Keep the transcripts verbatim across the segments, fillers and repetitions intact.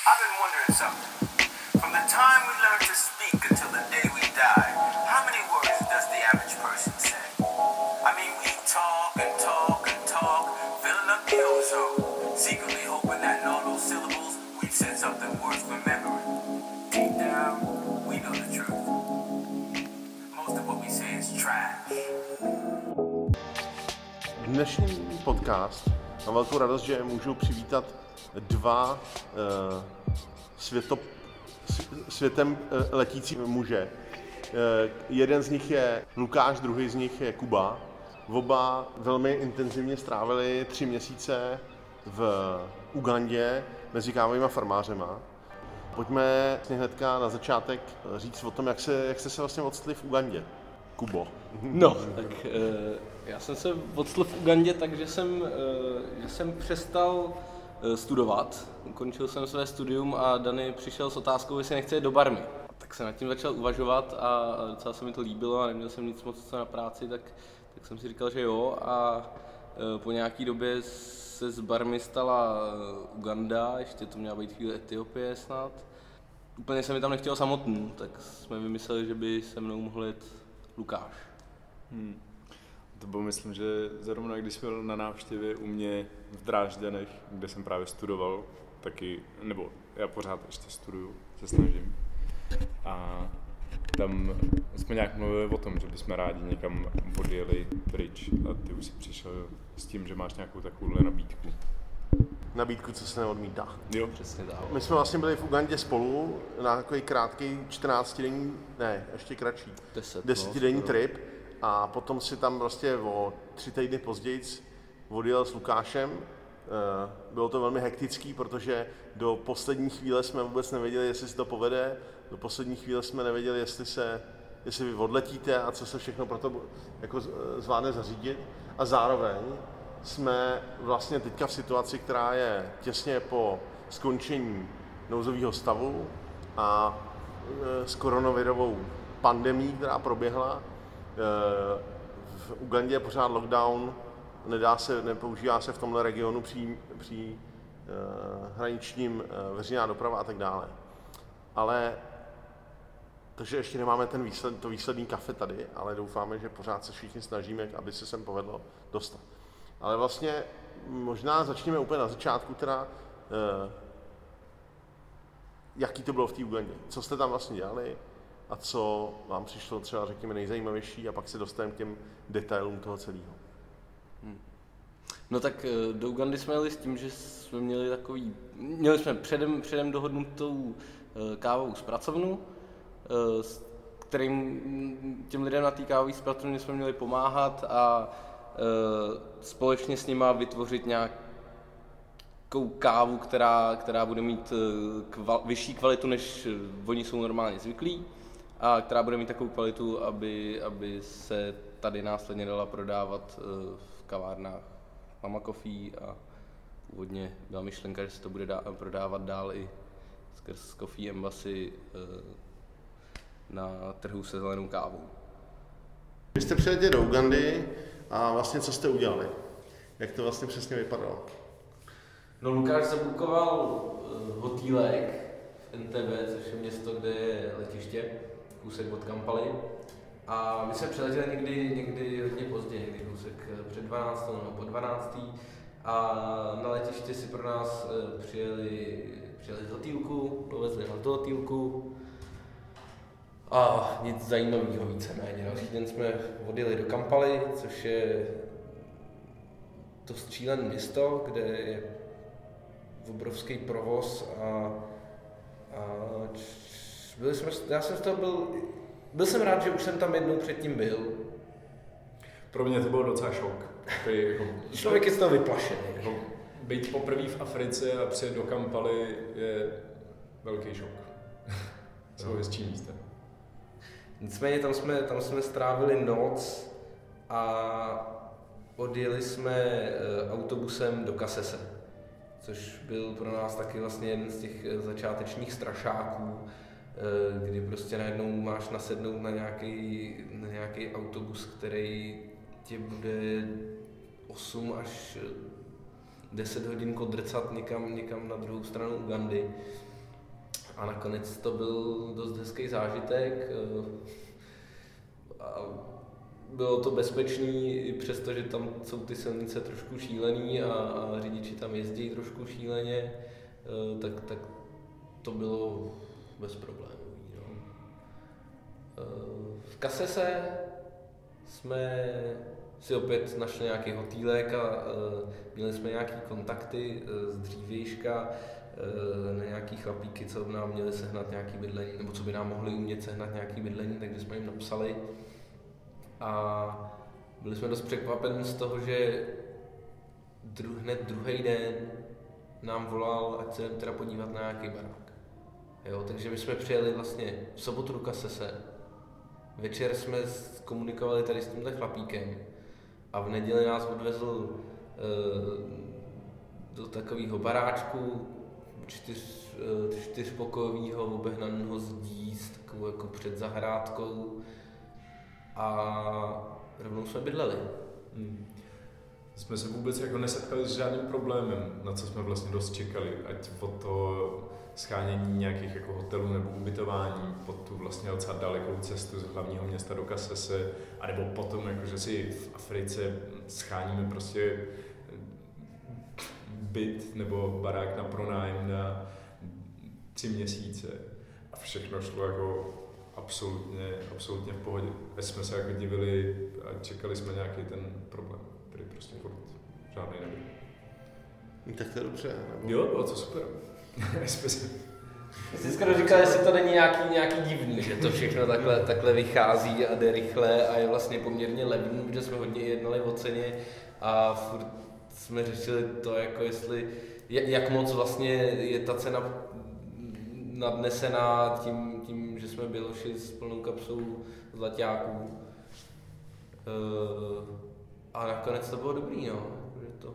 I've been wondering something. From the time we learn to speak until the day we die, how many words does the average person say? I mean, we talk and talk and talk, filling up the ozone, secretly hoping that in all those syllables we've said something worth remembering. Deep down, we know the truth. Most of what we say is trash. Dnešní podcast mám velkou radost, že můžu přivítat dva uh, světop, světem uh, letící muže. Uh, jeden z nich je Lukáš, druhý z nich je Kuba. Oba velmi intenzivně strávili tři měsíce v Ugandě mezi kávovými farmářema. Pojďme hnedka na začátek říct o tom, jak, se, jak jste se vlastně odstli v Ugandě. Kubo. No, tak uh, já jsem se odstl v Ugandě, takže jsem, uh, že jsem přestal uh, studovat. Ukončil jsem své studium a Dany přišel s otázkou, jestli nechce jít do Barmy. Tak jsem nad tím začal uvažovat a docela se mi to líbilo a neměl jsem nic moc co na práci, tak, tak jsem si říkal, že jo. A uh, po nějaký době se z Barmy stala Uganda, ještě to měla být chvíli Etiopie snad. Úplně se mi tam nechtělo samotný, tak jsme vymysleli, že by se mnou mohl jet Lukáš. Hmm. To bylo, myslím, že zrovna když byl na návštěvě u mě v Drážďanech, kde jsem právě studoval, taky, nebo já pořád ještě studuju, se snažím. A tam jsme nějak mluvili o tom, že bychom rádi někam odjeli pryč a ty už si přišel s tím, že máš nějakou takovouhle nabídku. Nabídku, co se neodmítá. Jo, přesně tak. My jsme vlastně byli v Ugandě spolu na takový krátký čtrnáctidenní, ne, ještě kratší, Deset, desetidenní no, trip a potom si tam vlastně o tři týdny později odjel s Lukášem. Bylo to velmi hektický, protože do poslední chvíle jsme vůbec nevěděli, jestli se to povede, do poslední chvíle jsme nevěděli, jestli se, jestli vy odletíte a co se všechno pro to jako zvládne zařídit a zároveň jsme vlastně teďka v situaci, která je těsně po skončení nouzového stavu a s koronavirovou pandemií, která proběhla. V Ugandě je pořád lockdown, nedá se, nepoužívá se v tomhle regionu při, při hraničním veřejná doprava a tak dále. Ale takže ještě nemáme ten výsled, to výsledný kafe tady, ale doufáme, že pořád se všichni snažíme, aby se sem povedlo dostat. Ale vlastně možná začněme úplně na začátku, teda, eh, jaký to bylo v té Ugandě. Co jste tam vlastně dělali a co vám přišlo třeba, řekněme, nejzajímavější a pak se dostaneme k těm detailům toho celého. Hmm. No tak do Ugandy jsme jeli s tím, že jsme měli takový, měli jsme předem, předem dohodnutou kávovou zpracovnu, s kterým těm lidem na té kávové zpracovně jsme měli pomáhat a společně s nima vytvořit nějakou kávu, která, která bude mít kval, vyšší kvalitu, než oni jsou normálně zvyklí a která bude mít takovou kvalitu, aby, aby se tady následně dala prodávat v kavárnách Mama Coffee a původně byla myšlenka, že se to bude dá, prodávat dál i skrz Coffee Embassy na trhu se zelenou kávou. Vy jste přiletěli do Ugandy a vlastně co jste udělali? Jak to vlastně přesně vypadalo? No Lukáš zabukoval hotýlek v N T B, což je město, kde je letiště, kousek od Kampaly. A my jsme přiletěli někdy, někdy hodně pozdě, někdy kousek před dvanáctou nebo po dvanácté. A na letiště si pro nás přijeli, přijeli z hotýlku, dovezli nás do hotýlku. A nic zajímavého víceméně. Další den jsme odjeli do Kampaly, což je to střílené město, kde je obrovský provoz a, a byli jsme, já jsem z toho byl, byl jsem rád, že už jsem tam jednou předtím byl. Pro mě to byl docela šok. Jako, Člověk je z toho vyplašený. Jako, být poprvé v Africe a přijet do Kampaly je velký šok. Co je s čím místem. Nicméně tam jsme, tam jsme strávili noc a odjeli jsme autobusem do Kasese, což byl pro nás taky vlastně jeden z těch začátečních strašáků, kdy prostě najednou máš nasednout na nějaký, na nějaký autobus, který tě bude osm až deset hodin kodrcat někam, někam na druhou stranu Ugandy. A nakonec to byl dost hezký zážitek. A bylo to bezpečný, i přesto, že tam jsou ty silnice trošku šílený a, a řidiči tam jezdí trošku šíleně, tak, tak to bylo bez problémů. No. V Kasese jsme si opět našli nějaký hotýlek a měli jsme nějaký kontakty z dřívějška na nějaký chlapíky, co nám měli sehnat nějaký bydlení, nebo co by nám mohli umět sehnat nějaký bydlení, takže jsme jim napsali. A byli jsme dost překvapeni z toho, že dru, hned druhý den nám volal, ať se teda podívat na nějaký barák. Jo, takže my jsme přijeli vlastně v sobotu do Kasese, večer jsme komunikovali tady s tímhle chlapíkem a v neděli nás odvezl e, do takového baráčku, čtyř, e, čtyřpokojového obehnaného zdí s takovou jako před zahrádkou a rovnou jsme bydleli. Hmm. Jsme se vůbec jako nesetkali s žádným problémem, na co jsme vlastně dost čekali, ať o to schánění nějakých jako hotelů nebo ubytování po tu vlastně docela dalekou cestu z hlavního města do Kasese, anebo potom jako, že si v Africe scháníme prostě byt nebo barák na pronájem na tři měsíce a všechno šlo jako absolutně, absolutně v pohodě. My jsme se jako divili a čekali jsme nějaký ten problém, který prostě furt žádný nebyl. Tak to je dobře. Nebo... Jo, bylo to super. Jsi skoro říkal, jestli to není nějaký, nějaký divný, že to všechno takhle, takhle vychází a jde rychle a je vlastně poměrně levný, protože jsme hodně jednali o ceně a furt jsme řešili to, jako jestli, jak moc vlastně je ta cena nadnesená tím, tím že jsme běloši s plnou kapsou zlaťáků. A nakonec to bylo dobrý, no. Že, to,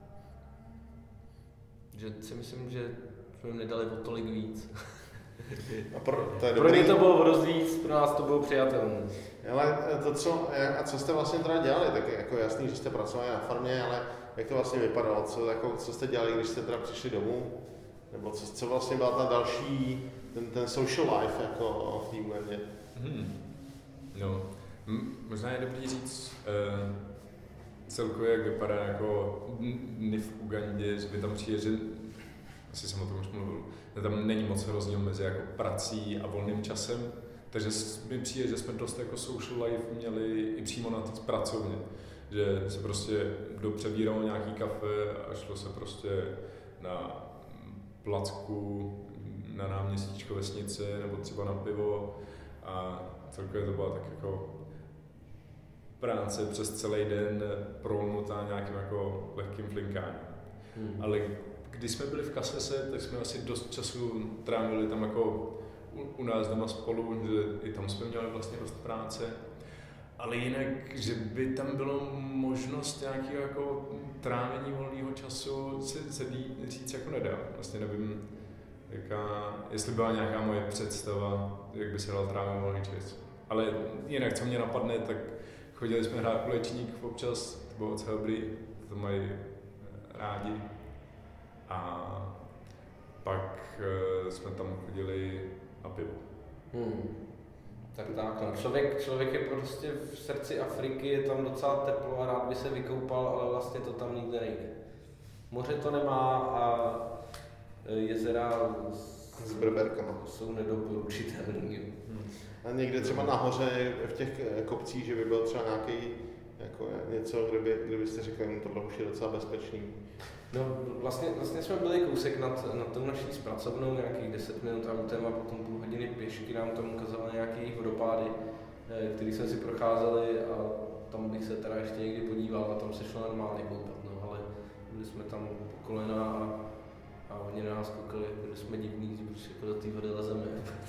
že si myslím, že jsme jim nedali o tolik víc. A pro, to je pro ně to bylo o dost víc, pro nás to bylo přijatelné. Ale to, co, a co jste vlastně teda dělali, tak je jako jasný, že jste pracovali na farmě, ale jak to vlastně vypadalo, co, jako, co jste dělali, když jste teda přišli domů? Nebo co, co vlastně byla ta další, ten, ten social life jako v té Ugandě? Hmm. No, m- možná je dobrý říct uh, celkově, jak vypadá jako dny v Ugandě, že by tam přijde, že asi jsem o tom už mluvil, že tam není moc rozdíl mezi jako prací a volným časem, takže mi přijde, že jsme dost jako social life měli i přímo na té pracovně, že se prostě dopřebíralo nějaký kafe a šlo se prostě na placku na náměstíčko vesnice nebo třeba na pivo a celkově to byla tak jako práce přes celý den prolnutá nějakým jako lehkým flinkáním. Hmm. Ale když jsme byli v Kasese, tak jsme asi dost času trávili tam jako u, u nás doma spolu, že i tam jsme měli vlastně dost práce. Ale jinak, že by tam bylo možnost nějakého jako trávení volného času, se, se říct jako nedá. Vlastně nevím, jaká, jestli byla nějaká moje představa, jak by se dal trávit volný čas. Ale jinak, co mě napadne, tak chodili jsme hrát kulečník občas, to bylo docela dobrý, to mají rádi. A pak uh, jsme tam chodili na pivo. Hmm. Tak tak, no. člověk, člověk je prostě v srdci Afriky, je tam docela teplo a rád by se vykoupal, ale vlastně to tam nikde nejde. Moře to nemá a jezera s brberkama jsou nedoporučitelné. Hmm. A někde třeba nahoře v těch kopcích, že by byl třeba nějaký jako něco, kdyby, kdybyste řekli, že tohle už je docela bezpečný. No vlastně, vlastně jsme byli kousek nad, nad tou naší zpracovnou, nějakých deset minut autem a potom půl hodiny pěšky nám tam ukazovali nějaké jejich vodopády, který jsme si procházeli a tam bych se teda ještě někdy podíval a tam se šlo normálně koupat, no ale byli jsme tam po kolena a, a oni na nás koukali, jako jsme divní, že prostě jako do té vody lezeme.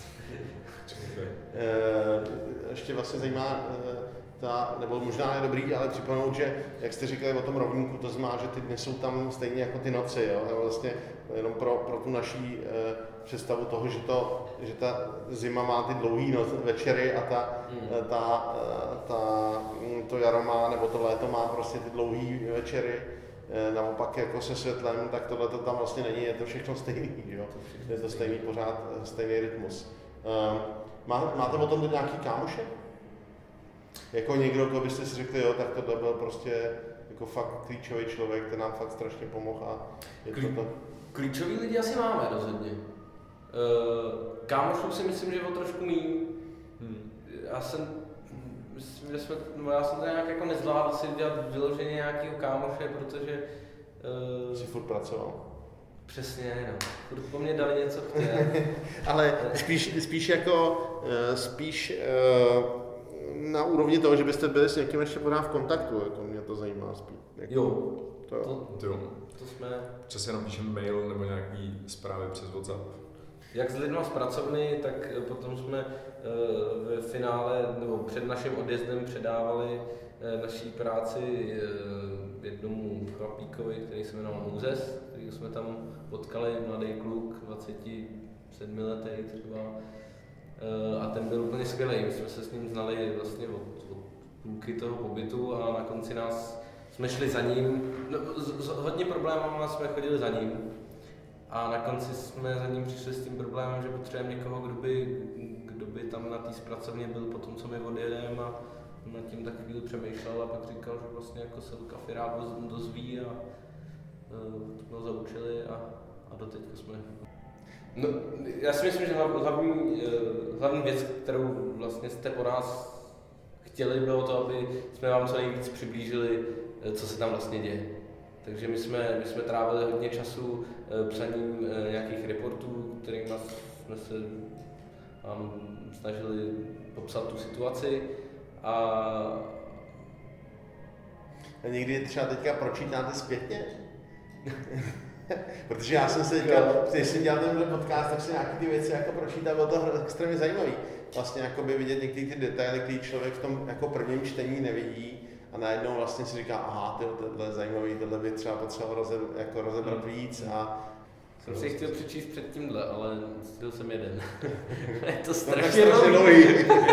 Ještě vlastně zajímá, ta, nebo možná je dobrý, ale připomenout, že jak jste říkali o tom rovníku, to znamená, že ty dny jsou tam stejně jako ty noci, jo? Vlastně jenom pro, pro tu naší e, představu toho, že, to, že ta zima má ty dlouhý noc, večery a ta, hmm. ta, ta, to jaro má, nebo to léto má prostě ty dlouhý večery, naopak jako se světlem, tak tohle to tam vlastně není, je to všechno stejný, jo? Je to stejný pořád, stejný rytmus. Má, máte o tom nějaký kámoše? Jako někdo, kdo byste si řekli, jo, tak tohle byl prostě jako fakt klíčový člověk, ten nám fakt strašně pomohl a je to to. Klíčový lidi asi máme rozhodně. Kámošů si myslím, že o trošku míň. Hmm. Já jsem, myslím, že jsme, no já jsem to nějak jako nezvládl si dělat vyloženě nějakého kámoše, protože... Uh, Jsi furt pracoval? Přesně, no. Furt po mně dali něco chtěl. Ale spíš, spíš jako, spíš uh, na úrovni toho, že byste byli s někým ještě pořád v kontaktu, jako mě to zajímá spíš. Jako, jo. To, jo. To, to, jo. to jsme... Časem napíšeme mail nebo nějaký zprávy přes WhatsApp. Jak s lidma z pracovny, tak potom jsme ve finále, nebo před naším odjezdem předávali naší práci jednomu chlapíkovi, který se jmenoval Mouzes, který jsme tam potkali, mladý kluk, dvacet sedm letý třeba. A ten byl úplně skvělý, my jsme se s ním znali vlastně od, od půlky toho pobytu a na konci nás jsme šli za ním, no, s, s hodně problémama jsme chodili za ním. A na konci jsme za ním přišli s tím problémem, že potřebujeme někoho, kdo by, kdo by tam na té zpracovně byl po tom, co my odjedeme a nad tím tak chvíli přemýšlel a pak říkal, že vlastně jako se Luka rád dozví a uh, jsme ho zaučili a, a doteďka jsme... No, já si myslím, že hlavní, hlavní věc, kterou vlastně jste po nás chtěli, bylo to, aby jsme vám co nejvíc přiblížili, co se tam vlastně děje. Takže my jsme, my jsme trávili hodně času e, psaním e, nějakých reportů, kterými jsme se um, snažili popsat tu situaci. A... a někdy třeba teďka pročítáte zpětně? Protože já jsem se teďka, když jsem dělal ten podcast, tak si nějaké ty věci jako pročítal, bylo to extrémně zajímavý. Vlastně jakoby vidět některé ty detaily, které člověk v tom jako prvním čtení nevidí. A najednou vlastně si říká, aha, tyjo, tohle je zajímavý, tohle by třeba potřeboval roze, jako rozebrat víc a... Jsem si chtěl přečíst před tímhle, ale stihl jsem jeden. Je to strašně dlouhý.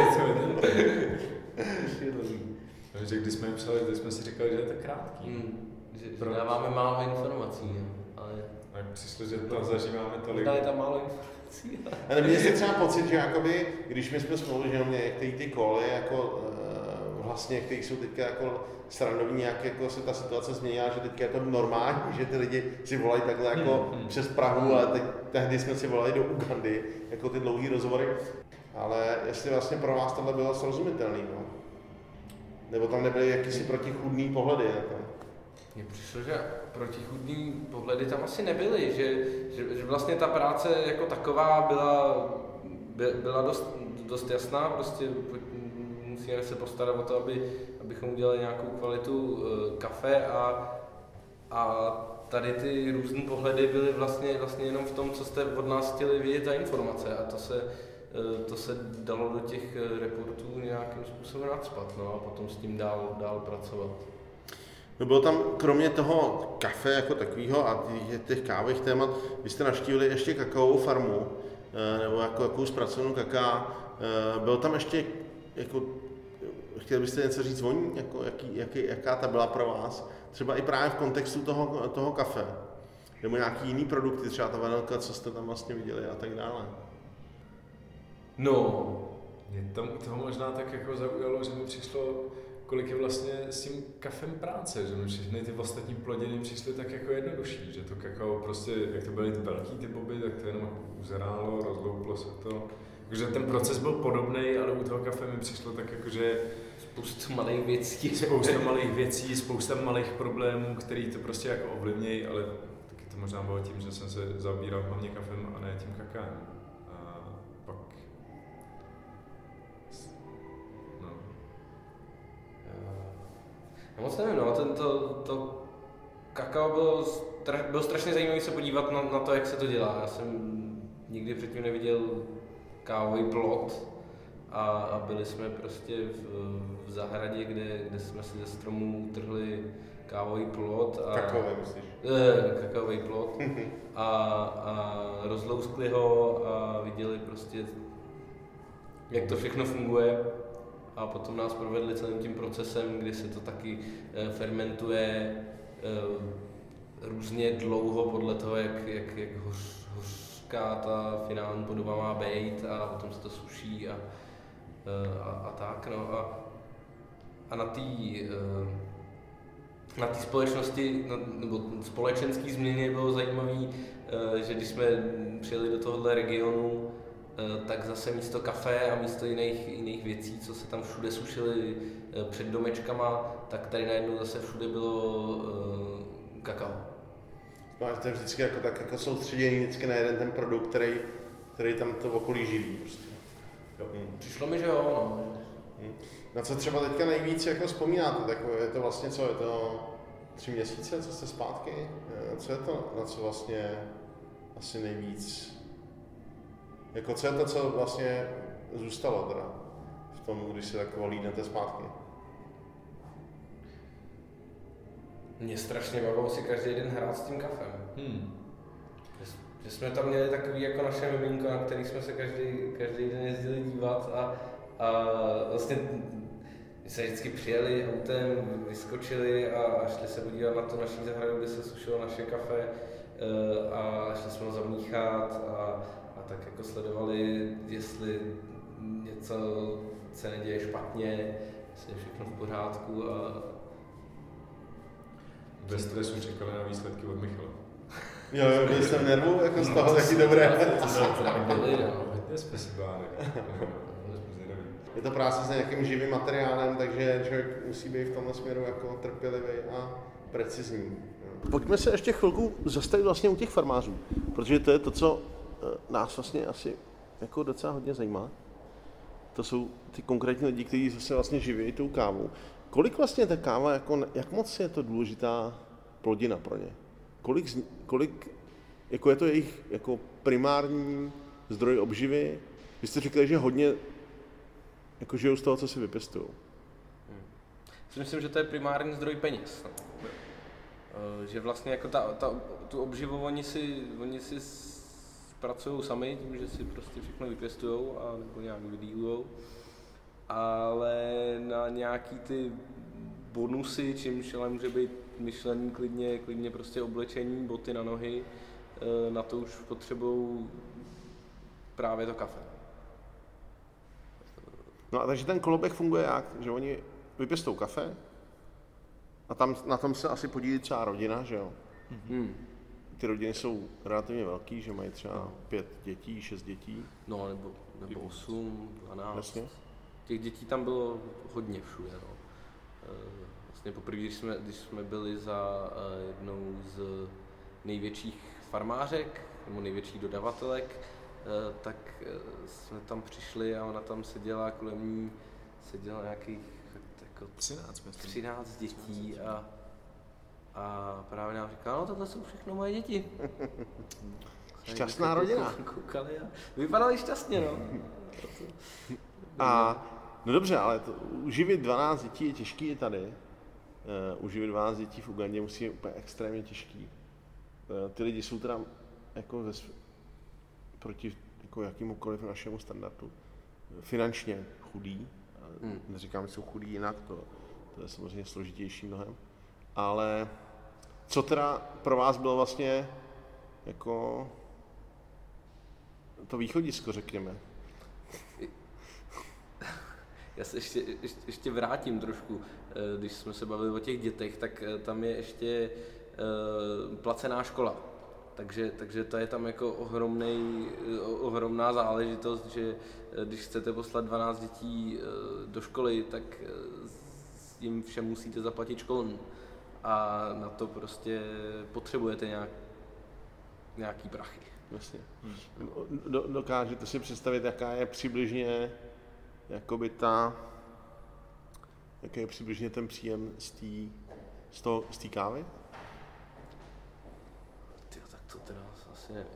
Takže když jsme jim psali, tak jsme si říkali, že je to krátký. Hmm, že, že dáváme málo informací, ale... Tak přišli, že tam zažíváme tolik. Dali tam málo informací. Ale mně se třeba pocit, že jakoby, když my jsme spolu, že mě některé ty koly, jako vlastně, které jsou teďka jako srandovní, jak jako se ta situace změnila, že teďka je to normální, že ty lidi si volají takhle jako hmm. přes Prahu, ale teď, tehdy jsme si volali do Ugandy, jako ty dlouhý rozhovory. Ale jestli vlastně pro vás tohle bylo srozumitelný, no? Nebo tam nebyly jakýsi protichůdný pohledy na to? Mně přišlo, že protichůdný pohledy tam asi nebyly, že, že, že vlastně ta práce jako taková byla, by, byla dost, dost jasná, prostě musíme se postarat o to, aby, abychom udělali nějakou kvalitu uh, kafe a, a tady ty různé pohledy byly vlastně, vlastně jenom v tom, co jste od nás chtěli vědět za informace a to se, uh, to se dalo do těch reportů nějakým způsobem nacpat, no a potom s tím dál, dál pracovat. No bylo tam, kromě toho kafe jako takového a těch, těch kávových témat, vy jste navštívili ještě kakaovou farmu, nebo jako jakou zpracovanou kaká. Byl tam ještě, jako, chtěli byste něco říct o ní, jako, jaký, jaký, jaká ta byla pro vás? Třeba i právě v kontextu toho, toho kafe. Nebo nějaký jiný produkty, třeba ta vanilka, co jste tam vlastně viděli a tak dále. No, mě tam u toho možná tak jako zaujalo, že mi přišlo, kolik je vlastně s tím kafem práce, že mi všechny ty ostatní plodiny přišly tak jako jednodušší, že to kakao prostě, jak to byly ty velký ty boby, tak to jenom jako uzerálo, rozlouplo se to. Takže ten proces byl podobný, ale u toho kafe mi přišlo tak jako, že spousta malých věcí. Spousta malých věcí, spousta malých problémů, který to prostě jako ovlivnějí, ale taky to možná bylo tím, že jsem se zabíral hlavně kafem a ne tím kakem. A pak... No. Já moc nevím, no, tento, to kakao bylo, stra, bylo strašně zajímavé se podívat na, na to, jak se to dělá. Já jsem nikdy předtím neviděl kávový plot a, a byli jsme prostě v, v zahradě, kde, kde jsme si ze stromů utrhli kávový plot. A, Kakaový, myslíš? Eh, kakaový plot a, a rozlouskli ho a viděli prostě, jak to všechno funguje. A potom nás provedli celým tím procesem, kdy se to taky fermentuje různě dlouho podle toho, jak, jak, jak hoř, hořká ta finální podoba má být a potom se to suší a, a, a tak. No. A, a na té na té společnosti, nebo společenské změně bylo zajímavé, že když jsme přijeli do tohohle regionu, tak zase místo kafe a místo jiných, jiných věcí, co se tam všude sušily před domečkama, tak tady najednou zase všude bylo kakao. No, to je vždycky jako, tak jako soustředěný vždycky na jeden ten produkt, který, který tam to okolí živí. Prostě. Hmm. Přišlo mi, že jo. No. Hmm. Na co třeba teďka nejvíc jako vzpomínáte? Tak je to vlastně co? Je to tři měsíce, co jste zpátky? Co je to, na co vlastně asi nejvíc? Jako co je to, co vlastně zůstalo teda v tom, když se tak lídnete zpátky? Mě strašně bavilo si každý den hrát s tím kafem. Hmm. Že, že jsme tam měli takový jako naše miminko, na který jsme se každý, každý den jezdili dívat a, a vlastně my jsme vždycky přijeli autem, vyskočili a, a šli se podívat na to naší zahradu, kde se sušilo naše kafe a šli jsme ho zamíchat a, a tak jako sledovali, jestli něco se neděje špatně, jestli je všechno v pořádku a bez stresu čekali na výsledky od Michala. Jo, jo, byli jste v nervu, jako z toho taky dobré. To jsme teda byli, no. Hodně jsme si báli. Je to práce s nějakým živým materiálem, takže člověk musí být v tomhle směru jako trpělivý a precizní. Pojďme se ještě chvilku zastavit vlastně u těch farmářů, protože to je to, co nás vlastně asi jako docela hodně zajímá. To jsou ty konkrétní lidi, kteří se vlastně živí tou kávou. Kolik vlastně ta káva, jako, jak moc je to důležitá plodina pro ně? Kolik, kolik jako je to jejich jako primární zdroj obživy? Vy jste řekli, že hodně jako žijou z toho, co si vypěstují. Hmm. Myslím, že to je primární zdroj peněz. No. Že vlastně jako ta, ta, tu obživu oni si, oni si pracují sami tím, že si prostě všechno vypěstují a nebo nějak vydýlujou. Ale na nějaký ty bonusy, čímž ale může být myšlený klidně, klidně prostě oblečení, boty na nohy, na to už potřebují právě to kafe. No a takže ten koloběh funguje jak? Že oni vypěstují kafe a tam na tom se asi podílí třeba rodina, že jo? Hmm. Ty rodiny jsou relativně velký, že mají třeba no. pět dětí, šest dětí. No nebo, nebo osm, dvanáct. Jasně. Těch dětí tam bylo hodně všude. No. Vlastně poprvé, když jsme, když jsme byli za jednou z největších farmářek, nebo největších dodavatelek, tak jsme tam přišli a ona tam seděla, kolem ní seděla nějakých jako třináct dětí a, a právě nám říkala, no tohle jsou všechno moje děti. Šťastná rodina. Koukali a vypadali šťastně, no. A no dobře, ale to, uživit dvanáct dětí je těžký i tady. Uh, uživit dvanáct dětí v Ugandě musí být úplně extrémně těžký. Uh, ty lidi jsou teda jako ze, proti jako jakýmukoliv našemu standardu finančně chudí. Hmm. Neříkám, že jsou chudí jinak, to, to je samozřejmě složitější mnohem. Ale co teda pro vás bylo vlastně jako to východisko, řekněme? Já se ještě, ještě, ještě vrátím trošku, když jsme se bavili o těch dětech, tak tam je ještě placená škola. Takže, takže to je tam jako ohromnej, ohromná záležitost, že když chcete poslat dvanáct dětí do školy, tak jim všem musíte zaplatit školní. A na to prostě potřebujete nějak, nějaký prachy. Vlastně. Do, dokážete si představit, jaká je přibližně jakoby ta, jaký je přibližně ten příjem z té z toho, z té kávy? Tyjo, tak to teda asi nevím.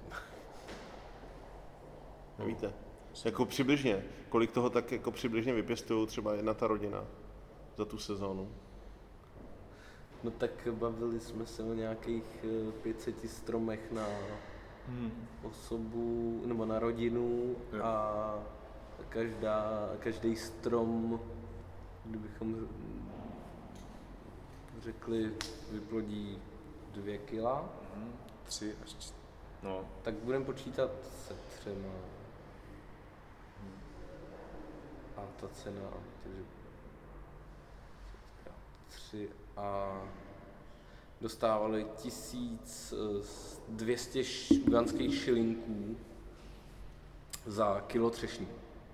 Nevíte? Jako přibližně, kolik toho tak jako přibližně vypěstují třeba jedna ta rodina za tu sezónu? No tak bavili jsme se o nějakých pět set stromech na hmm. osobu, nebo na rodinu jo. A každá, každý strom, kdybychom řekli, vyplodí dvě kila, Mhm. Tři až čtyři. No, tak budeme počítat se třema. A ta cena, takže tři a dostávali tisíc dvě stě ugandských šilinků za kilo třešní.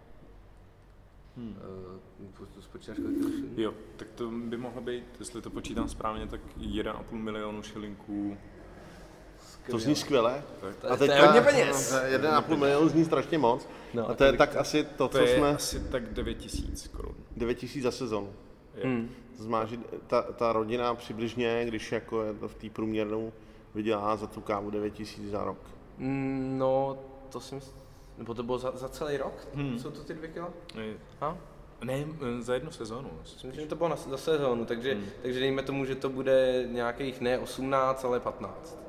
Hmm. Uh, spočítáš kolik kilo šilinků? jo, tak to by mohlo být, jestli to počítám správně, tak jeden a půl milionu šilinků. To zní skvěle. To, A to je teďka hodně peněz. jeden a půl milionu zní strašně moc. No, a to je kolik tak to- asi to, To co je jsme... asi tak devět tisíc korun. devět tisíc za sezonu. Hmm. To znamená, že ta, ta rodina přibližně, když jako je to v té průměrnou, vydělá za tu kávu devět tisíc za rok. Mm, No, to si myslím, nebo to bylo za, za celý rok? Hmm. Jsou to ty dvě kila? Ne, Ha? ne za jednu sezónu. Myslím, že to bylo na, za sezónu, takže, Hmm. takže dejme tomu, že to bude nějakých ne osmnáct, ale patnáct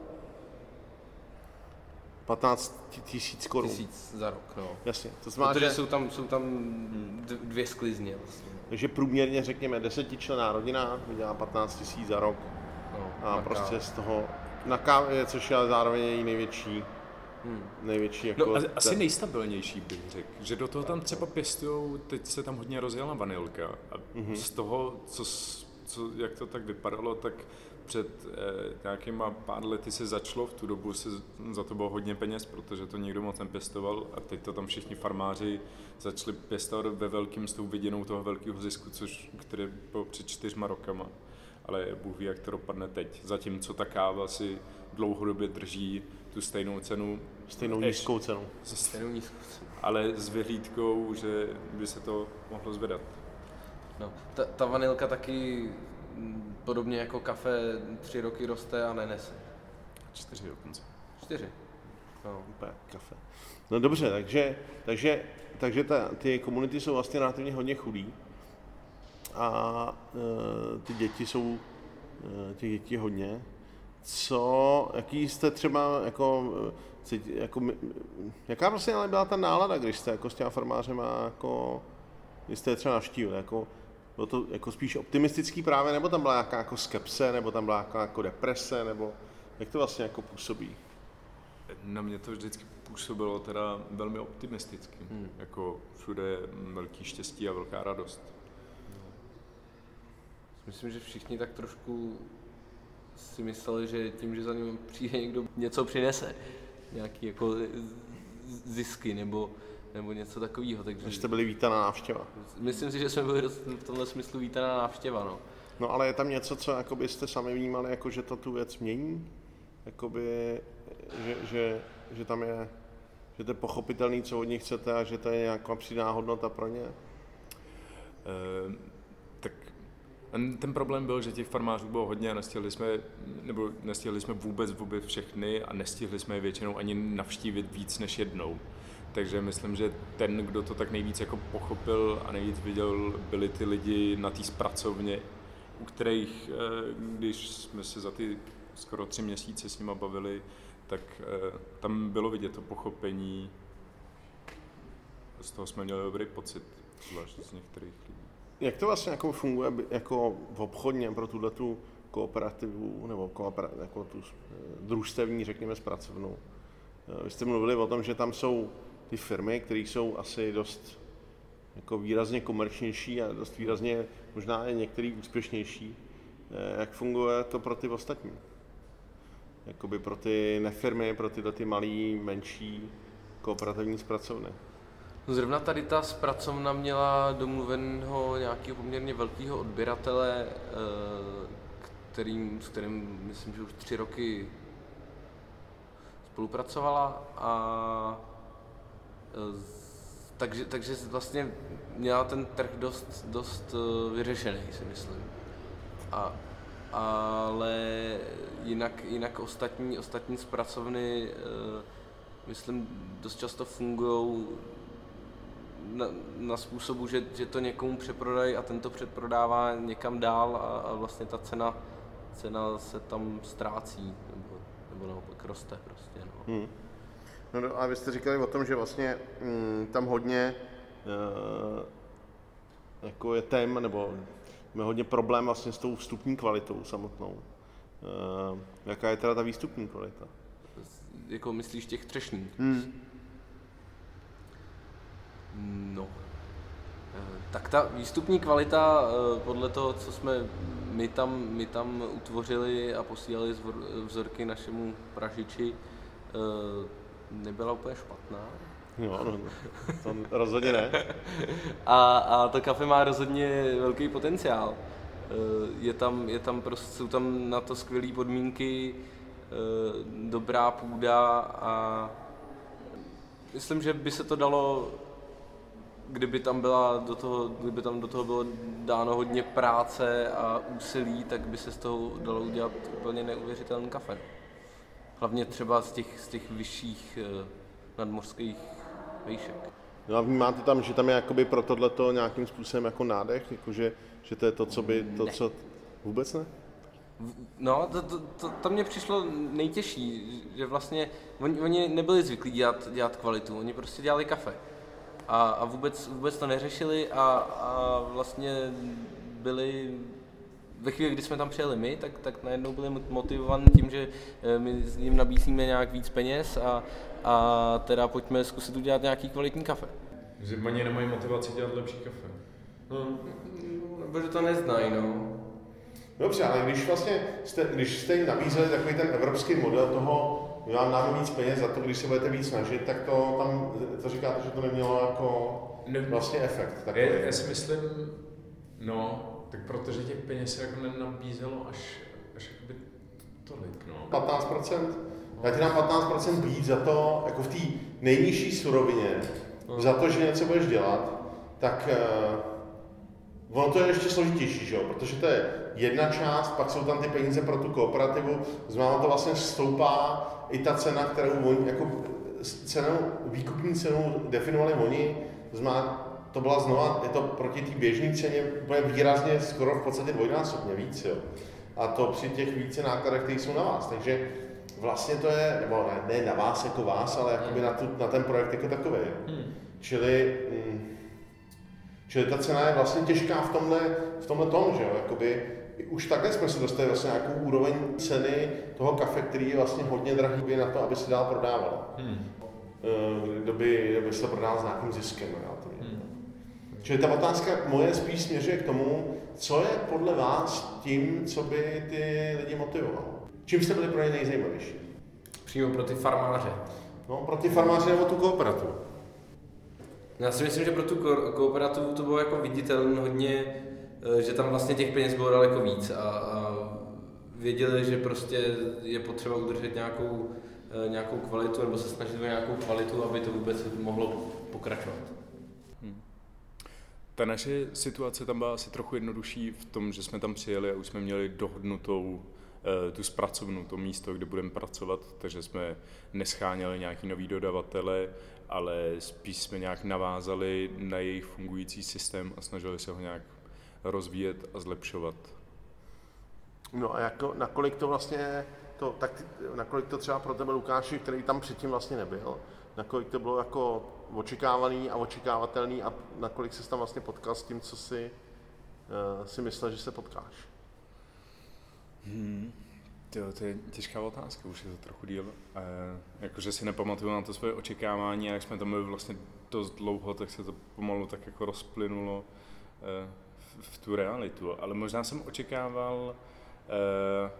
patnáct tisíc korun. tisíc za rok, no. Jasně, to znamená, Protože že, jsou tam, jsou tam d- dvě sklizně vlastně. takže průměrně řekněme desetičlenná rodina vydělá patnáct tisíc za rok No, a na prostě kávu. z toho na kávě, což je ale zároveň její největší, Hmm. největší jako... No a- asi ten- nejstabilnější bych řekl, že do toho tam třeba pěstujou, teď se tam hodně rozjela vanilka a Mhm. z toho, co, s- co, jak to tak vypadalo, tak před eh, nějakýma pár lety se začalo, v tu dobu se z- za to bylo hodně peněz, protože to nikdo moc nepěstoval a teď to tam všichni farmáři začali pěstovat ve velkým s tou viděnou toho velkého zisku, což, který byl před čtyřma rokama. Ale Bůh ví, jak to dopadne teď. Zatímco ta káva si dlouhodobě drží tu stejnou cenu, stejnou Eš- nízkou cenu. se Stejnou nízkou cenu. ale s vyhlídkou, že by se to mohlo zvedat. No, ta, ta vanilka taky mm, podobně jako kafe tři roky roste a nenese. Čtyři dokonce. Čtyři. No. Úplně kafe. No dobře, takže, takže, takže ta, ty komunity jsou vlastně relativně hodně chudý a e, ty děti jsou, e, těch dětí je hodně. Co, jaký jste třeba, jako, e, cítí- jako, my- jaká vlastně ale byla ta nálada, když jste jako s těma farmářema, jako, když jste je třeba navštívili, jako, bylo to jako spíš optimistický právě, nebo tam byla nějaká jako skepse, nebo tam byla nějaká jako deprese, nebo jak to vlastně jako působí? Na mě to vždycky působilo teda velmi optimisticky. Hmm. Jako všude je velký štěstí a velká radost. Myslím, že všichni tak trošku si mysleli, že tím, že za ním přijde někdo, něco přinese. Nějaký jako z- zisky nebo, nebo něco takového. Že Takže jste byli vítaná návštěva. myslím si, že jsme byli dost v tomhle smyslu vítaná návštěva. No. No ale je tam něco, co jakoby jste sami vnímali, jako že to tu věc mění? Jakoby, že, že, že tam je, že to je pochopitelný, co od nich chcete a že to je nějaká přidaná hodnota pro ně? E, tak ten problém byl, že těch farmářů bylo hodně a nestihli jsme, nebo nestihli jsme vůbec vůbec všechny a nestihli jsme je většinou ani navštívit víc než jednou. Takže myslím, že ten, kdo to tak nejvíc jako pochopil a nejvíc viděl, byli ty lidi na té zpracovně, u kterých, eh, když jsme se za ty skoro tři měsíce s nima bavili, tak eh, tam bylo vidět to pochopení. Z toho jsme měli dobrý pocit, zvlášť z některých lidí. Jak to vlastně jako funguje by- jako v obchodně pro tuhletu kooperativu nebo koopera, jako tu eh, družstevní, řekněme, zpracovnu? Eh, Vy jste mluvili o tom, že tam jsou ty firmy, které jsou asi dost jako výrazně komerčnější a dost výrazně možná i některý úspěšnější. Eh, Jak funguje to pro ty ostatní? Jakoby pro ty nefirmy, pro tyhle ty malý, menší kooperativní zpracovny. No zrovna tady ta zpracovna měla domluveného nějakého poměrně velkého odběratele, eh, kterým, s kterým myslím, že už tři roky spolupracovala a eh, z- takže, takže vlastně měla ten trh dost, dost eh, vyřešený, si myslím. A, ale jinak, jinak ostatní, ostatní zpracovny, eh, myslím, dost často fungují na, na způsobu, že, že to někomu přeprodají a ten to přeprodává někam dál a, a vlastně ta cena, cena se tam ztrácí nebo, nebo naopak roste prostě. No. Hmm. No, no a vy jste říkali o tom, že vlastně mm, tam hodně e, jako je tém, nebo máme hodně problém vlastně s tou vstupní kvalitou samotnou. Uh, jaká je teda ta výstupní kvalita? Jako myslíš těch třešní? Hmm. No. Tak ta výstupní kvalita, podle toho, co jsme my tam, my tam utvořili a posílali vzorky našemu pražiči, nebyla úplně špatná. Jo, no, to rozhodně ne. A, a to kafe má rozhodně velký potenciál. Je tam, je tam prostě, jsou tam na to skvělé podmínky, dobrá půda a myslím, že by se to dalo, kdyby tam byla do toho, kdyby tam do toho bylo dáno hodně práce a úsilí, tak by se z toho dalo udělat úplně neuvěřitelný kafe. Hlavně třeba z těch, z těch vyšších nadmořských výšek. No a vnímáte tam, že tam je jakoby pro tohleto nějakým způsobem jako nádech, jakože, že to je to, co by, to, ne. co vůbec ne? No, to, to, to, to mě přišlo nejtěžší, že vlastně oni, oni nebyli zvyklí dělat, dělat kvalitu, oni prostě dělali kafe. A, a vůbec, vůbec to neřešili a, a vlastně byli, ve chvíli, kdy jsme tam přijeli my, tak, tak najednou byli motivovaní tím, že my jim nabízíme nějak víc peněz a, a teda pojďme zkusit udělat nějaký kvalitní kafe. Že oni nemají motivaci dělat lepší kafe. No, nebo že to neznají, no. Dobře, ale když vlastně jste, když jste jim nabízeli takový ten evropský model toho, my vám dáme víc peněz za to, když se budete víc snažit, tak to tam, to říkáte, že to nemělo jako ne, vlastně efekt. Takový. Já, já si myslím, no, tak protože těch peněz se jako nenabízelo až, až jakoby tolik, no. patnáct procent? Já ti dám patnáct procent víc za to, jako v té nejnižší surovině, no. Za to, že něco budeš dělat, tak uh, ono to je ještě složitější, že jo? Protože to je jedna část, pak jsou tam ty peníze pro tu kooperativu, znamená to vlastně stoupá i ta cena, kterou oni, jako cenou, výkupní cenou definovali oni, znamená, to byla znova, je to proti té běžné ceně úplně výrazně, skoro v podstatě dvojnásobně víc, jo? A to při těch více nákladech, které jsou na vás, takže vlastně to je, nebo ne, ne na vás jako vás, ale jakoby na, tu, na ten projekt jako takový. Hmm. Čili, mm, čili ta cena je vlastně těžká v tomhle, v tomhle tom, že jo, jakoby už takhle jsme se dostali vlastně nějakou úroveň ceny toho kafe, který je vlastně hodně drahý na to, aby se dál prodávalo. Hmm. Kdo by, kdo by se to prodával s nějakým ziskem. Hmm. Čili ta otázka moje spíš směřuje k tomu, co je podle vás tím, co by ty lidi motivovalo. Čím jste byli pro ně nejzajímavější? Přímo pro ty farmáře. No, pro ty farmáře nebo tu kooperativu? Já si myslím, že pro tu ko- kooperativu to bylo jako viditelné hodně, že tam vlastně těch peněz bylo daleko víc a, a věděli, že prostě je potřeba udržet nějakou, nějakou kvalitu nebo se snažit o nějakou kvalitu, aby to vůbec mohlo pokračovat. Hmm. Ta naše situace tam byla asi trochu jednodušší v tom, že jsme tam přijeli a už jsme měli dohodnutou tu zpracovnu, to místo, kde budeme pracovat, takže jsme nescháněli nějaký nový dodavatele, ale spíš jsme nějak navázali na jejich fungující systém a snažili se ho nějak rozvíjet a zlepšovat. No a jako, nakolik to vlastně, to, tak, nakolik to třeba pro tebe, Lukáši, který tam předtím vlastně nebyl, nakolik to bylo jako očekávaný a očekávatelný a nakolik jsi tam vlastně potkal s tím, co si, uh, si myslel, že se potkáš? Hmm. To, to je těžká otázka, už je to trochu díl. E, jakože si nepamatuju na to svoje očekávání a jak jsme tam byli vlastně dost dlouho, tak se to pomalu tak jako rozplynulo e, v, v tu realitu. Ale možná jsem očekával, e,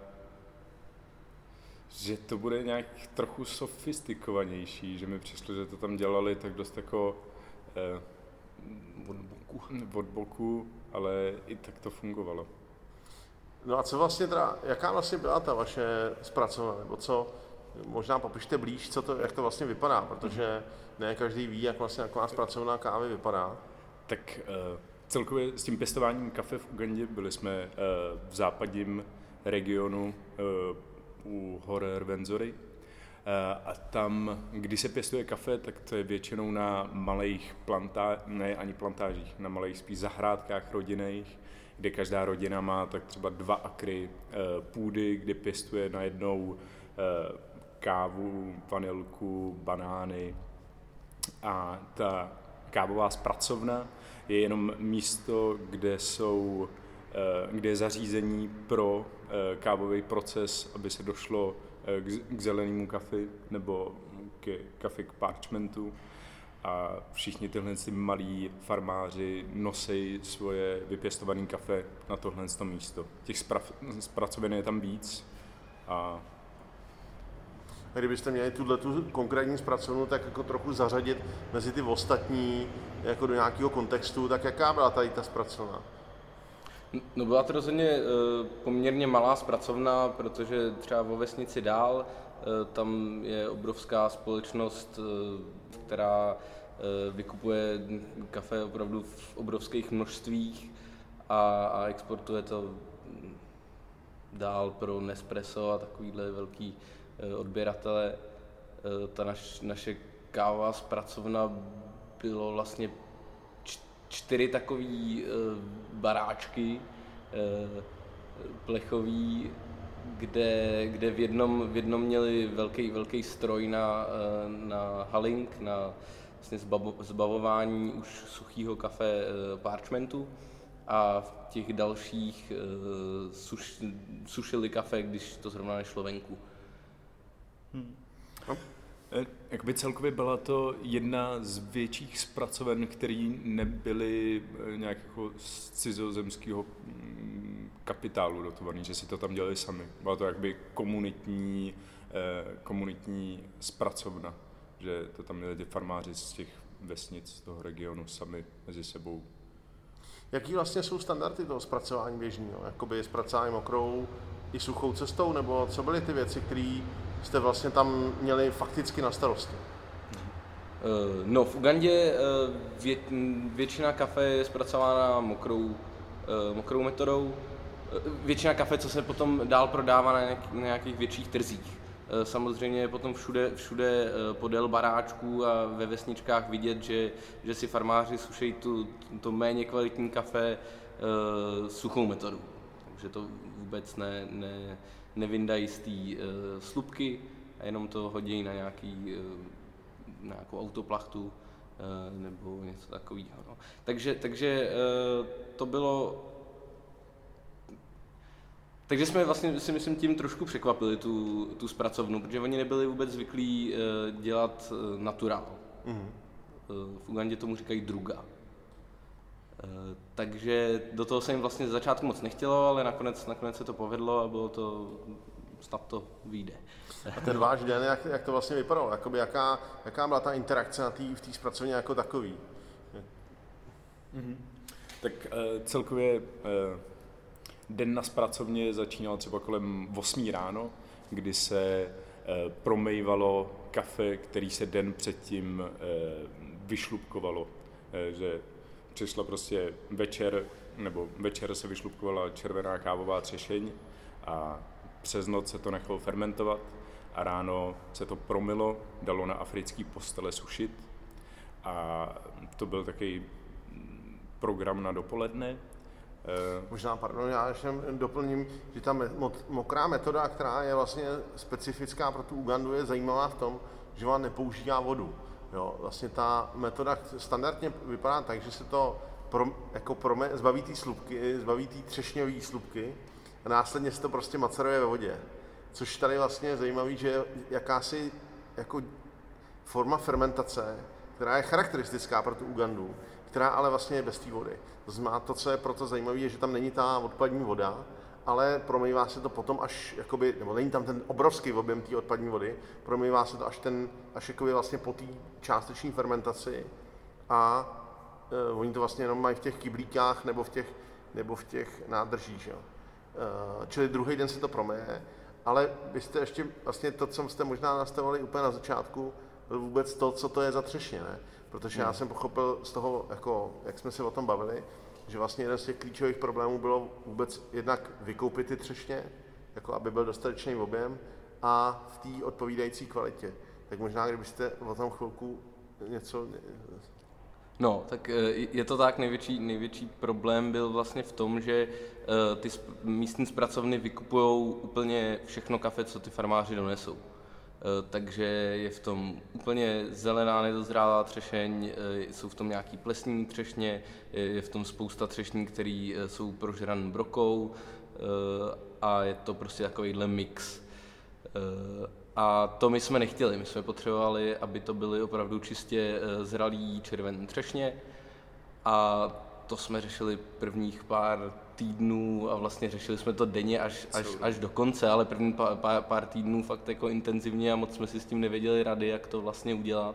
že to bude nějak trochu sofistikovanější, že mi přišlo, že to tam dělali tak dost jako e, od boku. od boku, ale i tak to fungovalo. No a co vlastně teda, jaká vlastně byla ta vaše zpracovna, nebo co, možná popište blíž, co to, jak to vlastně vypadá, protože ne každý ví, jak vlastně taková zpracovná kávy vypadá. Tak uh, celkově s tím pěstováním kafe v Ugandě byli jsme uh, v západním regionu uh, u hor Rwenzori. Uh, a tam, když se pěstuje kafe, tak to je většinou na malých plantážích, ne ani plantážích, na malých spíš zahrádkách rodinných, kde každá rodina má tak třeba dva akry e, půdy, kde pěstuje najednou e, kávu, vanilku, banány. A ta kávová zpracovna je jenom místo, kde jsou kde je zařízení pro kávový proces, aby se došlo k zelenému kafi nebo k kafi k parchmentu. A všichni tyhle malí farmáři nosí svoje vypěstované kafe na tohle místo. Těch zpracovin je tam víc. A A kdybyste měli tuto konkrétní zpracovnu tak jako trochu zařadit mezi ty ostatní jako do nějakého kontextu, tak jaká byla tady ta zpracovna? No byla to rozhodně e, poměrně malá zpracovna, protože třeba vo vesnici dál, e, tam je obrovská společnost, e, která e, vykupuje kafe opravdu v obrovských množstvích a, a exportuje to dál pro Nespresso a takovýhle velký e, odběratele. E, ta naš, naše kávová zpracovna bylo vlastně čtyři takový e, baráčky e, plechový, kde, kde v, jednom, v jednom měli velký, velký stroj na, e, na hulling, na vlastně zbavo, zbavování už suchého kafe e, parchmentu, a v těch dalších e, suš, sušili kafe, když to zrovna nešlo venku. Hmm. No. Jakoby celkově byla to jedna z větších zpracoven, které nebyly nějak jako z cizozemského kapitálu dotovaný, že si to tam dělali sami. Byla to jakoby komunitní, komunitní zpracovna, že to tam měli ty farmáři z těch vesnic, z toho regionu sami mezi sebou. Jaký vlastně jsou standardy toho zpracování běžného? Jakoby zpracování mokrou i suchou cestou, nebo co byly ty věci, které jste vlastně tam měli fakticky na starosti? No, v Ugandě vě, většina kafe je zpracována mokrou, mokrou metodou. Většina kafe, co se potom dál prodává na, nějak, na nějakých větších trzích. Samozřejmě je potom všude, všude podél baráčků a ve vesničkách vidět, že, že si farmáři sušejí tu, to méně kvalitní kafe suchou metodou. Takže to vůbec ne, ne, nevyndají z té uh, slupky a jenom to hodí na nějaký, uh, nějakou autoplachtu uh, nebo něco takového. No. Takže, takže uh, to bylo... Takže jsme vlastně, si myslím, tím trošku překvapili tu, tu zpracovnu, protože oni nebyli vůbec zvyklí uh, dělat uh, naturál. Mm-hmm. Uh, v Ugandě tomu říkají druga. Uh, takže do toho se jim vlastně z začátku moc nechtělo, ale nakonec, nakonec se to povedlo a bylo to, snad to vyjde. A ten váš den, jak, jak to vlastně vypadalo? Jakoby jaká, jaká byla ta interakce na tý, v té zpracovně jako takový? Mm-hmm. Tak uh, celkově uh, den na zpracovně začínal třeba kolem osmé ráno, kdy se uh, promejvalo kafe, který se den předtím uh, vyšlupkovalo, uh, že přišla prostě večer, nebo večer se vyšlupkovala červená kávová třešeň a přes noc se to nechalo fermentovat a ráno se to promylo, dalo na africký postele sušit a to byl takový program na dopoledne. Možná, pardon, já ještě doplním, že ta mokrá metoda, která je vlastně specifická pro tu Ugandu, je zajímavá v tom, že ona nepoužívá vodu. Jo, vlastně ta metoda standardně vypadá tak, že se to pro, jako prome, zbaví té slupky, zbaví té třešňové slupky a následně se to prostě maceruje ve vodě. Což tady vlastně je zajímavý, že je jakási jako forma fermentace, která je charakteristická pro tu Ugandu, která ale vlastně je bez té vody. To znamená, to, co je proto zajímavé, je, že tam není ta odpadní voda, ale promývá se to potom až, jakoby, nebo není tam ten obrovský objem té odpadní vody, promývá se to až, ten, až jakoby vlastně po té částečné fermentaci a e, oni to vlastně jenom mají v těch kyblíkách nebo v těch, nebo v těch nádržích. Že? E, čili druhý den se to promije, ale byste ještě vlastně to, co jste možná nastavili úplně na začátku, byl vůbec to, co to je za třešně, ne? Protože já jsem pochopil z toho, jako, jak jsme se o tom bavili, že vlastně jeden z těch klíčových problémů bylo vůbec jednak vykoupit ty třešně, jako aby byl dostatečný objem a v té odpovídající kvalitě. Tak možná, kdybyste o tom chvilku něco... No, tak je to tak, největší, největší problém byl vlastně v tom, že ty místní zpracovny vykupují úplně všechno kafe, co ty farmáři donesou. takže je v tom úplně zelená nedozrálá třešeň, jsou v tom nějaký plesní třešně, je v tom spousta třešní, které jsou prožran brokou a je to prostě takovýhle mix. A to my jsme nechtěli, my jsme potřebovali, aby to byly opravdu čistě zralý červený třešně a to jsme řešili prvních pár týdnů a vlastně řešili jsme to denně až, až, až do konce, ale první pár, pár, pár týdnů fakt jako intenzivně a moc jsme si s tím nevěděli rady, jak to vlastně udělat.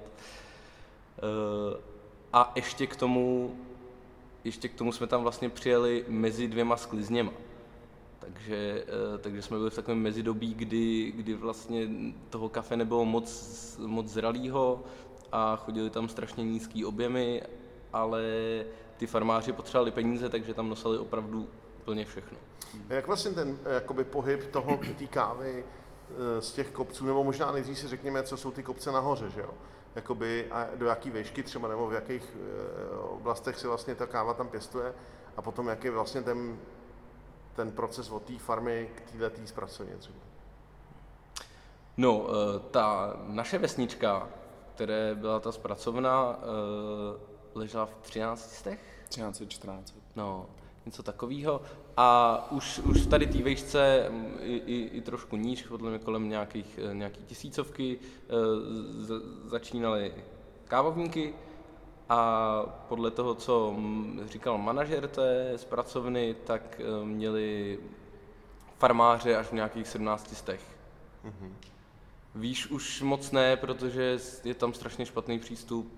A ještě k tomu, ještě k tomu jsme tam vlastně přijeli mezi dvěma sklizněma. Takže, takže jsme byli v takovém mezidobí, kdy, kdy vlastně toho kafe nebylo moc, moc zralýho a chodili tam strašně nízký objemy, ale ty farmáři potřebovali peníze, takže tam nosili opravdu úplně všechno. Jak vlastně ten jakoby, pohyb toho té kávy z těch kopců, nebo možná nejdřív si řekněme, co jsou ty kopce nahoře, že jo? Jakoby, a do jaký výšky třeba, nebo v jakých oblastech se vlastně ta káva tam pěstuje a potom jak je vlastně ten, ten proces od té farmy k této zpracovně třeba. No, ta naše vesnička, které byla ta zpracovna, ležela v třinácti stech? třináct čtrnáct. No, něco takového. A už, už v tady té výšce i, i, i trošku níž, podle mě kolem nějakých, nějaký tisícovky, z, začínaly kávovníky a podle toho, co říkal manažer té zpracovny, tak měli farmáře až v nějakých sedmnácti stech. Mm-hmm. Výš už moc ne, protože je tam strašně špatný přístup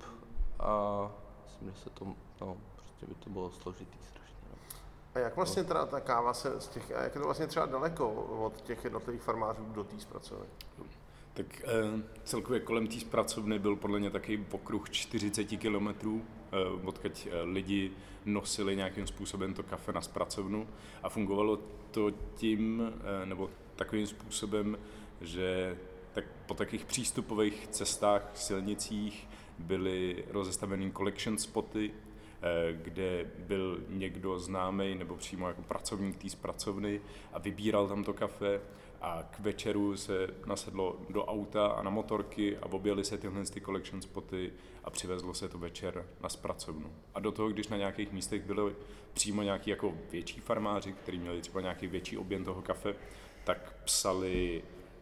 a myslím, že se to, no, prostě by to bylo složitý strašně. No. A jak vlastně teda ta káva se z těch, a jak je to vlastně třeba daleko od těch jednotlivých farmářů do té zpracovny? Tak eh, celkově kolem té zpracovny byl podle mě taky okruh čtyřicet kilometrů, eh, odkud eh, lidi nosili nějakým způsobem to kafe na zpracovnu a fungovalo to tím, eh, nebo takovým způsobem, že tak po takových přístupových cestách, silnicích byly rozestavený collection spoty, kde byl někdo známý nebo přímo jako pracovník té zpracovny a vybíral tam to kafe a k večeru se nasedlo do auta a na motorky a objeli se tyhle ty collection spoty a přivezlo se to večer na zpracovnu. A do toho, když na nějakých místech byly přímo nějaký jako větší farmáři, kteří měli třeba nějaký větší objem toho kafe, tak psali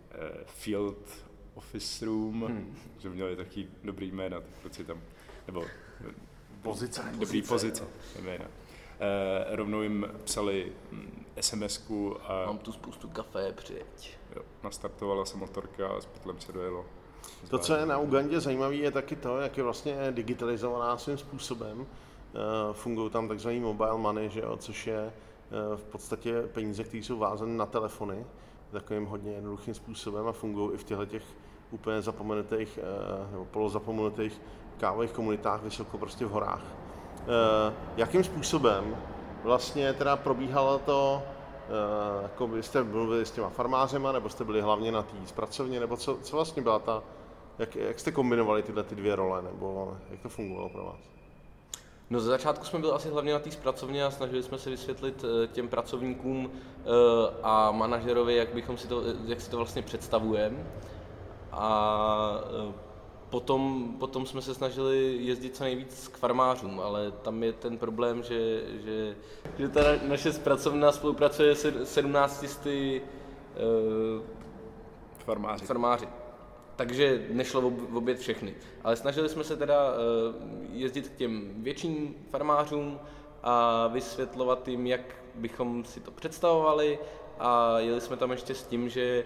Field Office Room, hmm. že měli taky dobrý jména, tak proč si tam, nebo pozice, dobrý pozice, jména. E, rovnou jim psali es em esku a... Mám tu spoustu kafe, přijeď. Jo, nastartovala se motorka a s pytlem se dojelo. To, co je na Ugandě zajímavé, je taky to, jak je vlastně digitalizovaná svým způsobem. E, fungují tam takzvaný mobile money, že jo, což je e, v podstatě peníze, které jsou vázané na telefony, takovým hodně jednoduchým způsobem a fungují i v těchto těch úplně zapomenutých nebo polozapomenutých kávových komunitách vysoko prostě v horách. E, jakým způsobem vlastně teda probíhalo to, e, jako byste mluvili s těma farmářema, nebo jste byli hlavně na té zpracovně, nebo co, co vlastně byla ta, jak, jak jste kombinovali tyhle ty dvě role, nebo jak to fungovalo pro vás? No ze začátku jsme byli asi hlavně na té zpracovně a snažili jsme se vysvětlit těm pracovníkům a manažerovi, jak bychom si to, jak si to vlastně představujeme. A potom, potom jsme se snažili jezdit co nejvíc k farmářům, ale tam je ten problém, že, že, že ta naše zpracovna spolupracuje se sedmnácti sty farmáři. farmáři. Takže nešlo obět všechny. Ale snažili jsme se teda jezdit k těm větším farmářům a vysvětlovat jim, jak bychom si to představovali a jeli jsme tam ještě s tím, že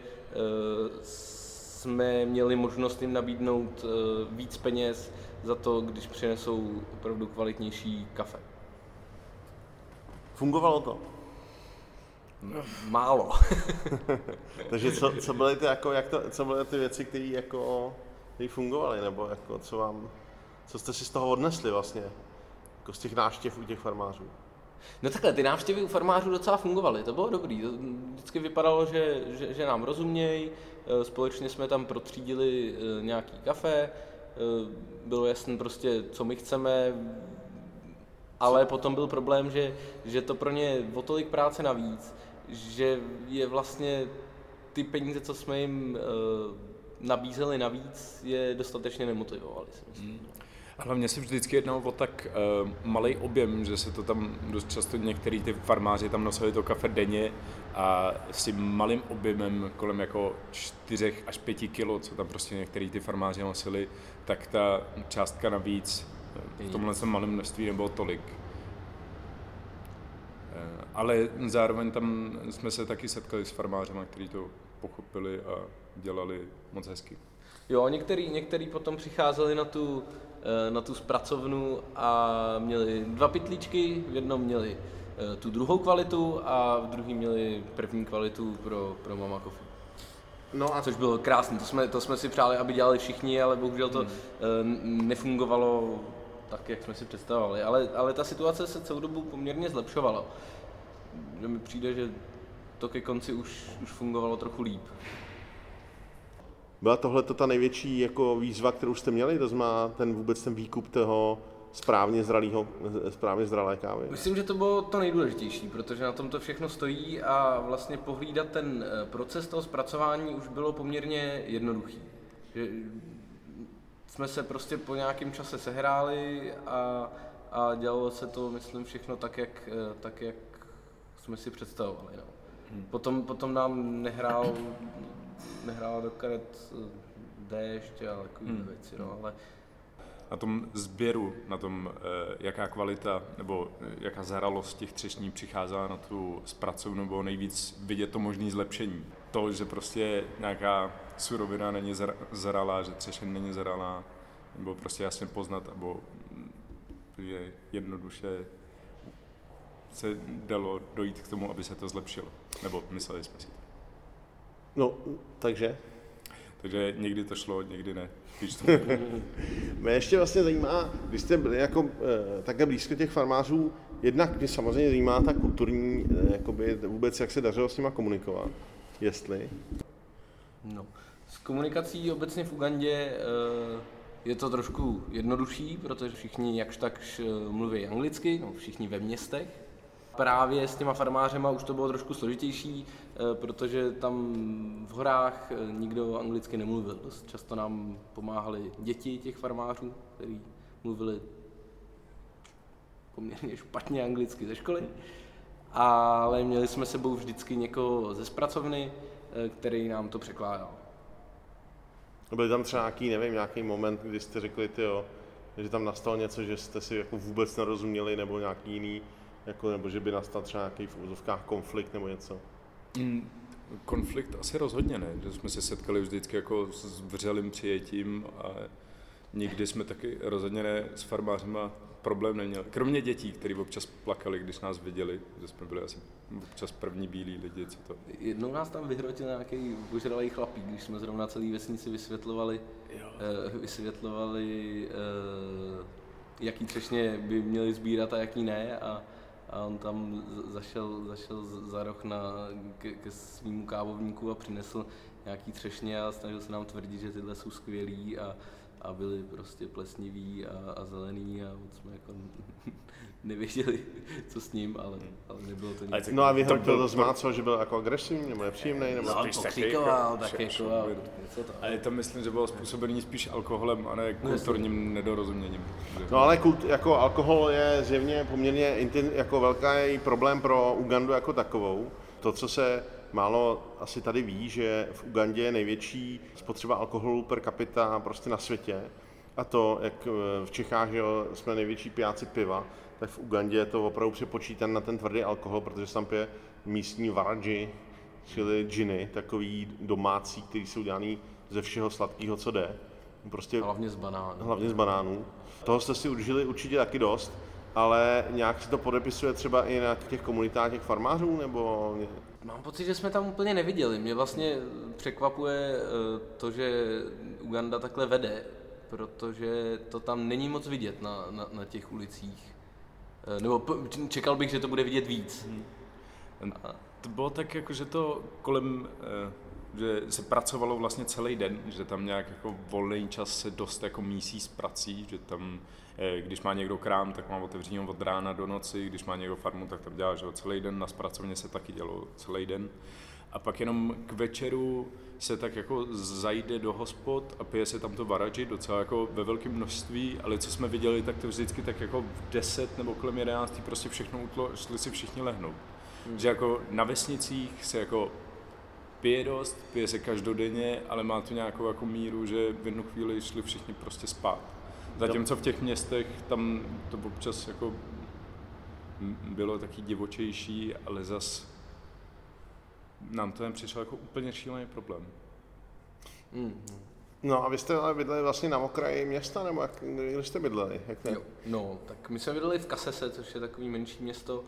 jsme měli možnost jim nabídnout víc peněz za to, když přinesou opravdu kvalitnější kafe. Fungovalo to? No, málo. Takže co, co byly ty, jako, jak to, co byly ty věci, které jako, fungovaly, nebo jako, co, vám, co jste si z toho odnesli vlastně, jako z těch návštěv u těch farmářů? No takhle, ty návštěvy u farmářů docela fungovaly, to bylo dobrý. To vždycky vypadalo, že, že, že nám rozumějí, společně jsme tam protřídili nějaký kafe, bylo jasné prostě, co my chceme, ale potom byl problém, že, že to pro ně o tolik práce navíc, že je vlastně ty peníze, co jsme jim nabízeli navíc, je dostatečně nemotivovali, si myslím. Hmm. A hlavně si vždycky jednalo o tak uh, malý objem, že se to tam dost často některý ty farmáři tam nosili to kafe denně a s tím malým objemem kolem jako čtyřech až pěti kilo, co tam prostě některý ty farmáři nosili, tak ta částka navíc v tomhle malém množství nebylo tolik. Uh, ale zároveň tam jsme se taky setkali s farmářemi, kteří to pochopili a dělali moc hezky. Jo, některý, některý potom přicházeli na tu, na tu zpracovnu a měli dva pytlíčky, v jednom měli tu druhou kvalitu a v druhý měli první kvalitu pro, pro Mama Coffee. No a což bylo krásné, to jsme, to jsme si přáli, aby dělali všichni, ale bohužel to hmm. nefungovalo tak, jak jsme si představovali. Ale, ale ta situace se celou dobu poměrně zlepšovala. Že mi přijde, že to ke konci už, už fungovalo trochu líp. Byla tohle ta největší jako výzva, kterou jste měli, to znamená ten vůbec ten výkup toho správně zralého, správně zralé kávy? Myslím, že to bylo to nejdůležitější, protože na tom to všechno stojí a vlastně pohlídat ten proces toho zpracování už bylo poměrně jednoduchý. Že jsme se prostě po nějakém čase sehráli a, a dělalo se to, myslím, všechno tak, jak, tak, jak jsme si představovali. No. Hmm. Potom, potom nám nehrál nehrála do karet déšť a takové hmm. věci, no, ale... Na tom sběru, na tom, jaká kvalita nebo jaká zralost těch třešní přicházela na tu zpracovnu, bylo nejvíc vidět to možné zlepšení. To, že prostě nějaká surovina není zralá, že třešeň není zralá, nebo prostě jasně poznat, nebo že jednoduše se dalo dojít k tomu, aby se to zlepšilo, nebo mysleli jsme si. No, takže? Takže někdy to šlo, někdy ne. Mě ještě vlastně zajímá, když jste byli jako e, takhle blízko těch farmářů, jednak mě samozřejmě zajímá ta kulturní, e, jakoby vůbec, jak se dařilo s nima komunikovat, jestli? No, s komunikací obecně v Ugandě e, je to trošku jednodušší, protože všichni jakž takž mluví anglicky, no, všichni ve městech. Právě s těma farmářema už to bylo trošku složitější, protože tam v horách nikdo anglicky nemluvil. Dost často nám pomáhali děti těch farmářů, kteří mluvili poměrně špatně anglicky ze školy, ale měli jsme sebou vždycky někoho ze zpracovny, který nám to překládal. Byl tam třeba nějaký, nevím, nějaký moment, kdy jste řekli, tyjo, že tam nastalo něco, že jste si jako vůbec nerozuměli, nebo nějaký jiný, jako, nebo že by nastal třeba nějaký v úzovkách konflikt nebo něco? Mm, konflikt asi rozhodně ne, že jsme se setkali vždycky jako s vřelým přijetím a nikdy jsme taky rozhodně ne s farmářima problém neměli. Kromě dětí, kteří občas plakali, když nás viděli, že jsme byli asi občas první bílí lidi, co to. Jednou nás tam vyhrotil nějaký ožralý chlapík, když jsme zrovna celý vesnici vysvětlovali, uh, vysvětlovali uh, jaký třešně by měli sbírat a jaký ne, a A on tam zašel, zašel za roh na, ke, ke svýmu kávovníku a přinesl nějaký třešně a snažil se nám tvrdit, že tyhle jsou skvělý a, a byli prostě plesniví a, a zelený a moc jsme jako nevěděli, co s ním, ale, ale nebylo to nic. No a vyhodil to zmácel, že byl jako agresivní nebo nepříjemný? Nebo no, pokřikoval, tak jako něco tam. Ale to myslím, že bylo způsobený spíš alkoholem a ne kulturním nedorozuměním. No ale kult, jako alkohol je zjevně poměrně jako velký problém pro Ugandu jako takovou. To, co se málo asi tady ví, že v Ugandě je největší spotřeba alkoholu per capita prostě na světě. A to, jak v Čechách že jo, jsme největší pijáci piva, tak v Ugandě je to opravdu přepočítan na ten tvrdý alkohol, protože se tam pije místní varadži, čili džiny, takový domácí, který jsou udělaný ze všeho sladkého, co jde. Prostě, hlavně z banánů. Hlavně z banánů. Toho jste si užili určitě taky dost, ale nějak se to podepisuje třeba i na těch komunitách těch farmářů, nebo... Mám pocit, že jsme tam úplně neviděli. Mě vlastně překvapuje to, že Uganda takhle vede, protože to tam není moc vidět na, na, na těch ulicích. Nebo čekal bych, že to bude vidět víc. Hmm. To bylo tak, jako, že to kolem, že se pracovalo vlastně celý den, že tam nějak jako volný čas se dost jako mísí s prací, že tam, když má někdo krám, tak má otevřený od rána do noci, když má někdo farmu, tak tam dělá, že celý den, na zpracovně se taky dělo celý den. a pak jenom k večeru se tak jako zajde do hospod a pije se tam to varadži docela jako ve velkém množství, ale co jsme viděli, tak to vždycky tak jako v deset nebo kolem jedenácti prostě všechno utlo, šli si všichni lehnout. Hmm. Že jako na vesnicích se jako pije dost, pije se každodenně, ale má to nějakou jako míru, že v jednu chvíli šli všichni prostě spát. Zatímco v těch městech tam to občas jako bylo taky divočejší, ale zas nám to jen přišel jako úplně šílený problém. Mm. No a vy jste ale bydleli vlastně na okraji města, nebo jak, kde jste bydleli? Jak to? Jo, no, tak my jsme bydleli v Kasese, což je takový menší město,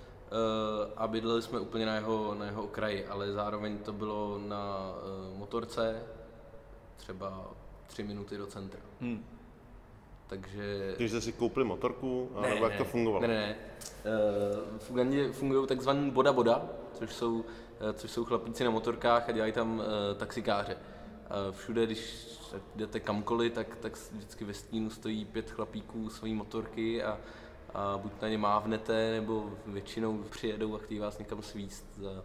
a bydleli jsme úplně na jeho, na jeho okraji, ale zároveň to bylo na motorce třeba tři minuty do centra. Hmm. Takže... Když jste si koupili motorku, ne, nebo jak ne, to fungovalo? Ne, ne, ne. V Ugandě fungují takzvaný boda boda, což jsou, což jsou chlapíci na motorkách a dělají tam taxikáře. Všude, když jdete kamkoliv, tak, tak vždycky ve stínu stojí pět chlapíků svojí motorky a, a buď na ně mávnete, nebo většinou přijedou a chtějí vás někam svízt za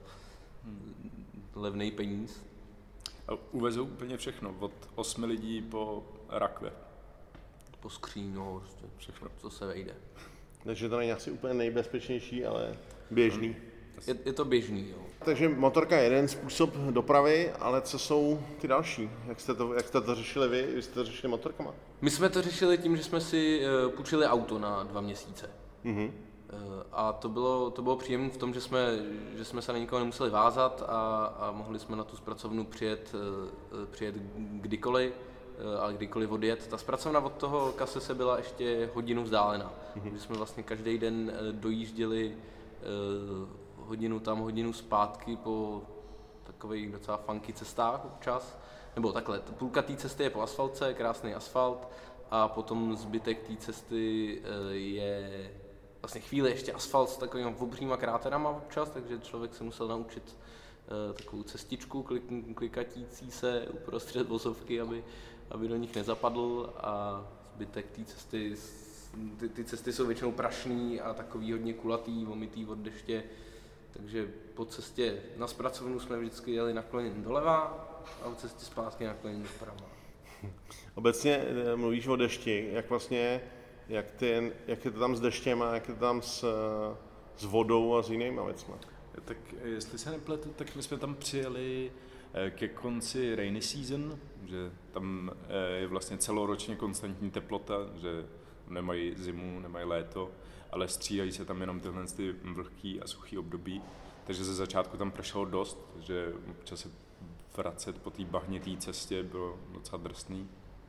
levnej peníz. A uvezou úplně všechno, od osmi lidí po rakve. Po skříň, no, prostě všechno, co se vejde. Takže to není asi úplně nejbezpečnější, ale běžný. Je, je to běžný, jo. Takže motorka je jeden způsob dopravy, ale co jsou ty další? Jak jste to, jak jste to řešili vy? Vy jste to řešili motorkama? My jsme to řešili tím, že jsme si uh, půjčili auto na dva měsíce. Mm-hmm. Uh, a to bylo, to bylo příjemné v tom, že jsme, že jsme se na nikoho nemuseli vázat a, a mohli jsme na tu zpracovnu přijet, uh, přijet kdykoliv a kdykoliv odjet. Ta zpracovna od toho Kasese byla ještě hodinu vzdálená. Mm-hmm. Jsme vlastně každý den dojížděli uh, hodinu tam, hodinu zpátky po takových docela funky cestách občas. Nebo takhle, půlka té cesty je po asfaltce, krásný asfalt, a potom zbytek té cesty uh, je vlastně chvíli ještě asfalt s takovými obříma kráterama občas, takže člověk se musel naučit uh, takovou cestičku klik, klikatící se uprostřed vozovky, aby aby do nich nezapadl, a zbytek té cesty, ty, ty cesty jsou většinou prašný a takový hodně kulatý, vomitý od deště, takže po cestě na zpracovnu jsme vždycky jeli nakloněn doleva a po cestě zpátky nakloněn doprava. Obecně mluvíš o dešti, jak vlastně, jak, ty, jak je to tam s deštěm a jak je to tam s, s vodou a s jinýma věcma? Tak jestli se nepletu, tak my jsme tam přijeli ke konci rainy season, že tam je vlastně celoročně konstantní teplota, že nemají zimu, nemají léto, ale střídají se tam jenom tyhle ty vlhký a suchý období. Takže ze začátku tam pršelo dost, že občas se vracet po té bahněté cestě bylo docela drsný.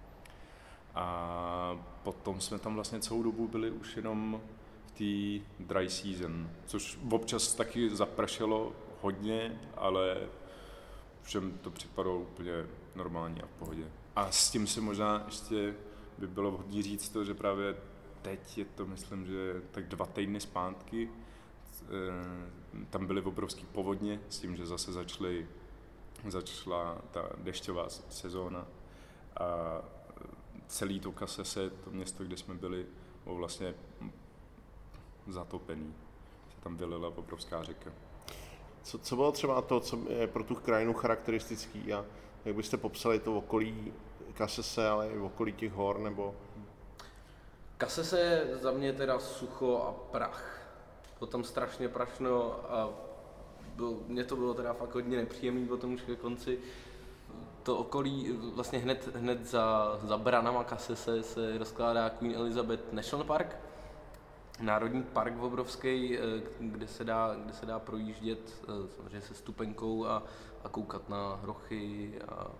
A potom jsme tam vlastně celou dobu byli už jenom v té dry season, což občas taky zapršelo hodně, ale všem to připadalo úplně normální a v pohodě. A s tím si možná ještě by bylo vhodné říct to, že právě teď je to, myslím, že tak dva týdny zpátky, tam byly obrovský povodně s tím, že zase začaly, začala ta dešťová sezóna a celý to Kasese, to město, kde jsme byli, bylo vlastně zatopený. Se tam vylila obrovská řeka. Co, co bylo třeba to, co je pro tu krajinu charakteristický, a jak byste popsali to okolí Kasese, ale i okolí těch hor, nebo? Kasese je za mě teda sucho a prach. Bylo tam strašně prašno a bylo, mně to bylo teda fakt hodně nepříjemný potom už ke konci. To okolí, vlastně hned, hned za, za branama Kasese se rozkládá Queen Elizabeth National Park, národní park obrovský, kde se dá, kde se dá projíždět samozřejmě se stupenkou a, a koukat na hrochy a, a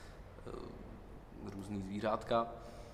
různý zvířátka.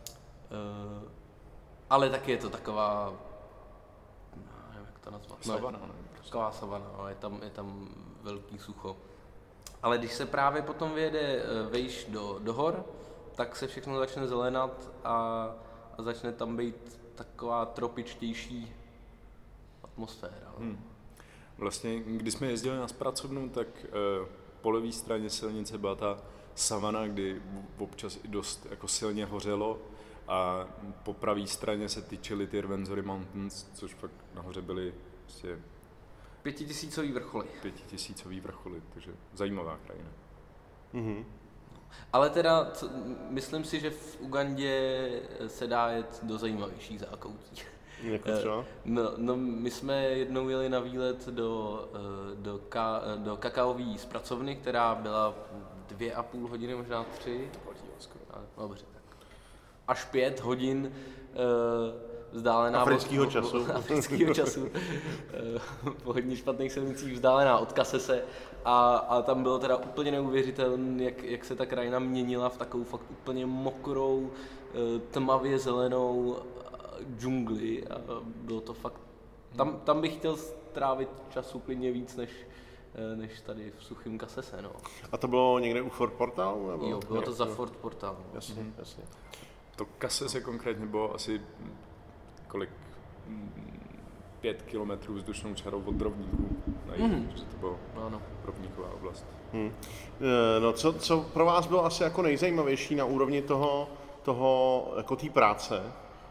Ale taky je to taková, nevím, jak to nazvat, savana, no, taková savana, no, je tam, je tam velký sucho. Ale když se právě potom vyjede vejš do, do hor, tak se všechno začne zelenat a, a začne tam být taková tropičtější atmosféra. Hmm. Vlastně, když jsme jezdili na zpracovnu, tak eh, po levé straně silnice byla ta savana, kdy občas i dost jako silně hořelo, a po pravé straně se tyčily ty Rwenzori Mountains, což fakt nahoře byly prostě Pětitisícový vrcholy. Pětitisícový vrcholy, takže zajímavá krajina. Mhm. Ale teda, co, myslím si, že v Ugandě se dá jet do zajímavějších zákoutí. Jako třeba? No, no, my jsme jednou jeli na výlet do, do, ka, do kakaové zpracovny, která byla dvě a půl hodiny, možná tři. No, dobře, tak. Až pět hodin vzdálená afrického od, času, afrického času po hodně špatných silnicích vzdálená od Kasese a, a tam bylo teda úplně neuvěřitelné, jak, jak se ta krajina měnila v takovou fakt úplně mokrou, tmavě zelenou džungli a bylo to fakt, tam, tam bych chtěl strávit času klidně víc než, než tady v suchém Kasese, no. A to bylo někde u Fort Portalu? Nebo? Jo, bylo to za Fort Portal. Jasně, Mhm. jasně. To Kasese konkrétně bylo asi kolik? Pět kilometrů vzdušnou čarou od Rovníků. Mhm. Že to bylo Ano. Rovníková oblast. Hmm. No, co, co pro vás bylo asi jako nejzajímavější na úrovni toho, toho jako té práce?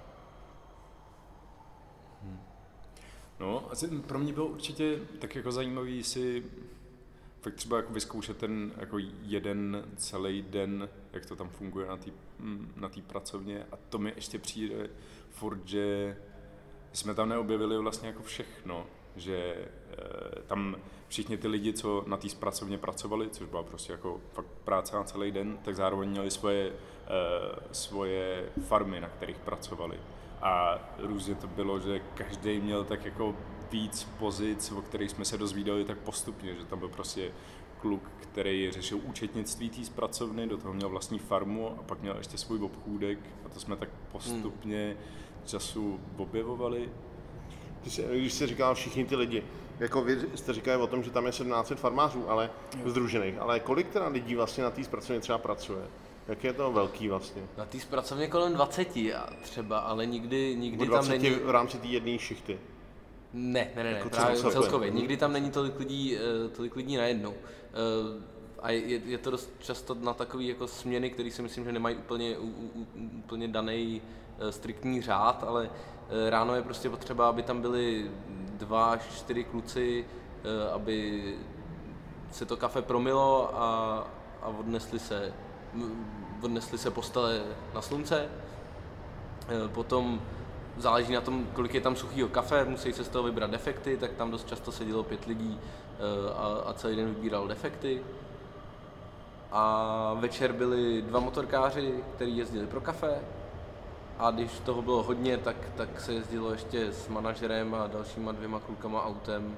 No, asi pro mě bylo určitě tak jako zajímavý si fakt třeba jako vyzkoušet ten jako jeden celý den, jak to tam funguje na té na té pracovně a to mi ještě přijde furt, že jsme tam neobjevili vlastně jako všechno, že e, tam všichni ty lidi, co na té pracovně pracovali, což byla prostě jako fakt práce na celý den, tak zároveň měli svoje, e, svoje farmy, na kterých pracovali. A různě to bylo, že každý měl tak jako víc pozic, o kterých jsme se dozvídali tak postupně, že tam byl prostě kluk, který řešil účetnictví té pracovny, do toho měl vlastní farmu a pak měl ještě svůj obchůdek a to jsme tak postupně času objevovali. Když jsi říkal všichni ty lidi, jako vy jste říkali o tom, že tam je sedmnáct set farmářů, ale sdružených, ale kolik teda lidí vlastně na té pracovně třeba pracuje? Jak je to velký vlastně? Na té pracovně kolem dvaceti třeba, ale nikdy, nikdy tam není... v rámci té jedné šichty? Ne, ne, ne, jako ne právě celkově. celkově. Nikdy tam není tolik lidí, tolik lidí najednou. A je, je to dost často na takové jako směny, které si myslím, že nemají úplně, úplně daný striktní řád, ale ráno je prostě potřeba, aby tam byli dva až čtyři kluci, aby se to kafe promilo a, a odnesli se, odnesli se postele na slunce. Potom záleží na tom, kolik je tam suchýho kafe, musí se z toho vybrat defekty, tak tam dost často sedělo pět lidí a, a celý den vybíral defekty. A večer byli dva motorkáři, kteří jezdili pro kafe. A když toho bylo hodně, tak, tak se jezdilo ještě s manažerem a dalšíma dvěma klukama autem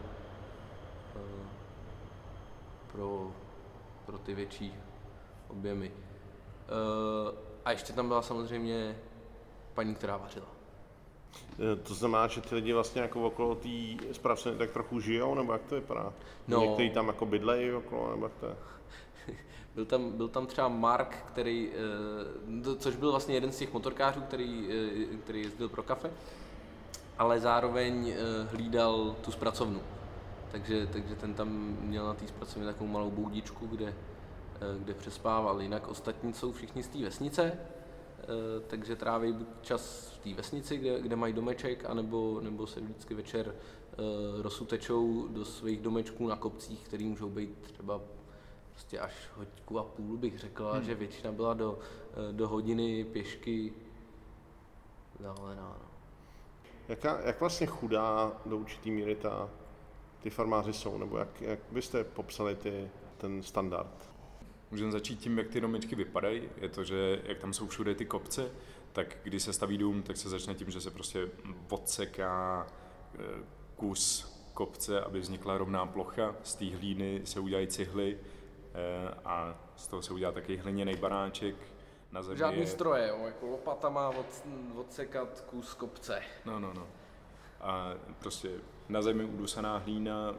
pro, pro ty větší objemy. A ještě tam byla samozřejmě paní, která vařila. To znamená, že ty lidi vlastně jako okolo té zpracovny tak trochu žijou, nebo jak to vypadá? No. Někteří tam jako bydlejí okolo, nebo jak to je? Byl tam, byl tam třeba Mark, který, což byl vlastně jeden z těch motorkářů, který, který jezdil pro kafe, ale zároveň hlídal tu zpracovnu. Takže, takže ten tam měl na té zpracovně takovou malou boudičku, kde, kde přespával. Jinak ostatní jsou všichni z té vesnice, takže tráví čas v té vesnici, kde, kde mají domeček, anebo, nebo se vždycky večer rozsutečou do svých domečků na kopcích, který můžou být třeba prostě až hoďku a půl, bych řekla, hmm. že většina byla do, do hodiny pěšky vzdálená. No. Jaká, jak vlastně chudá do určitý míry ta, ty farmáři jsou, nebo jak, jak byste popsali ty, ten standard? Můžeme začít tím, jak ty domečky vypadají. Je to, že jak tam jsou všude ty kopce, tak když se staví dům, tak se začne tím, že se prostě odseká kus kopce, aby vznikla rovná plocha. Z té hlíny se udělají cihly a z toho se udělá taky hliněný baráček. Na zemi Žádný je... stroje, jo, jako lopatama od, odsekat kus kopce. No, no, no. A prostě na zemi udusaná hlína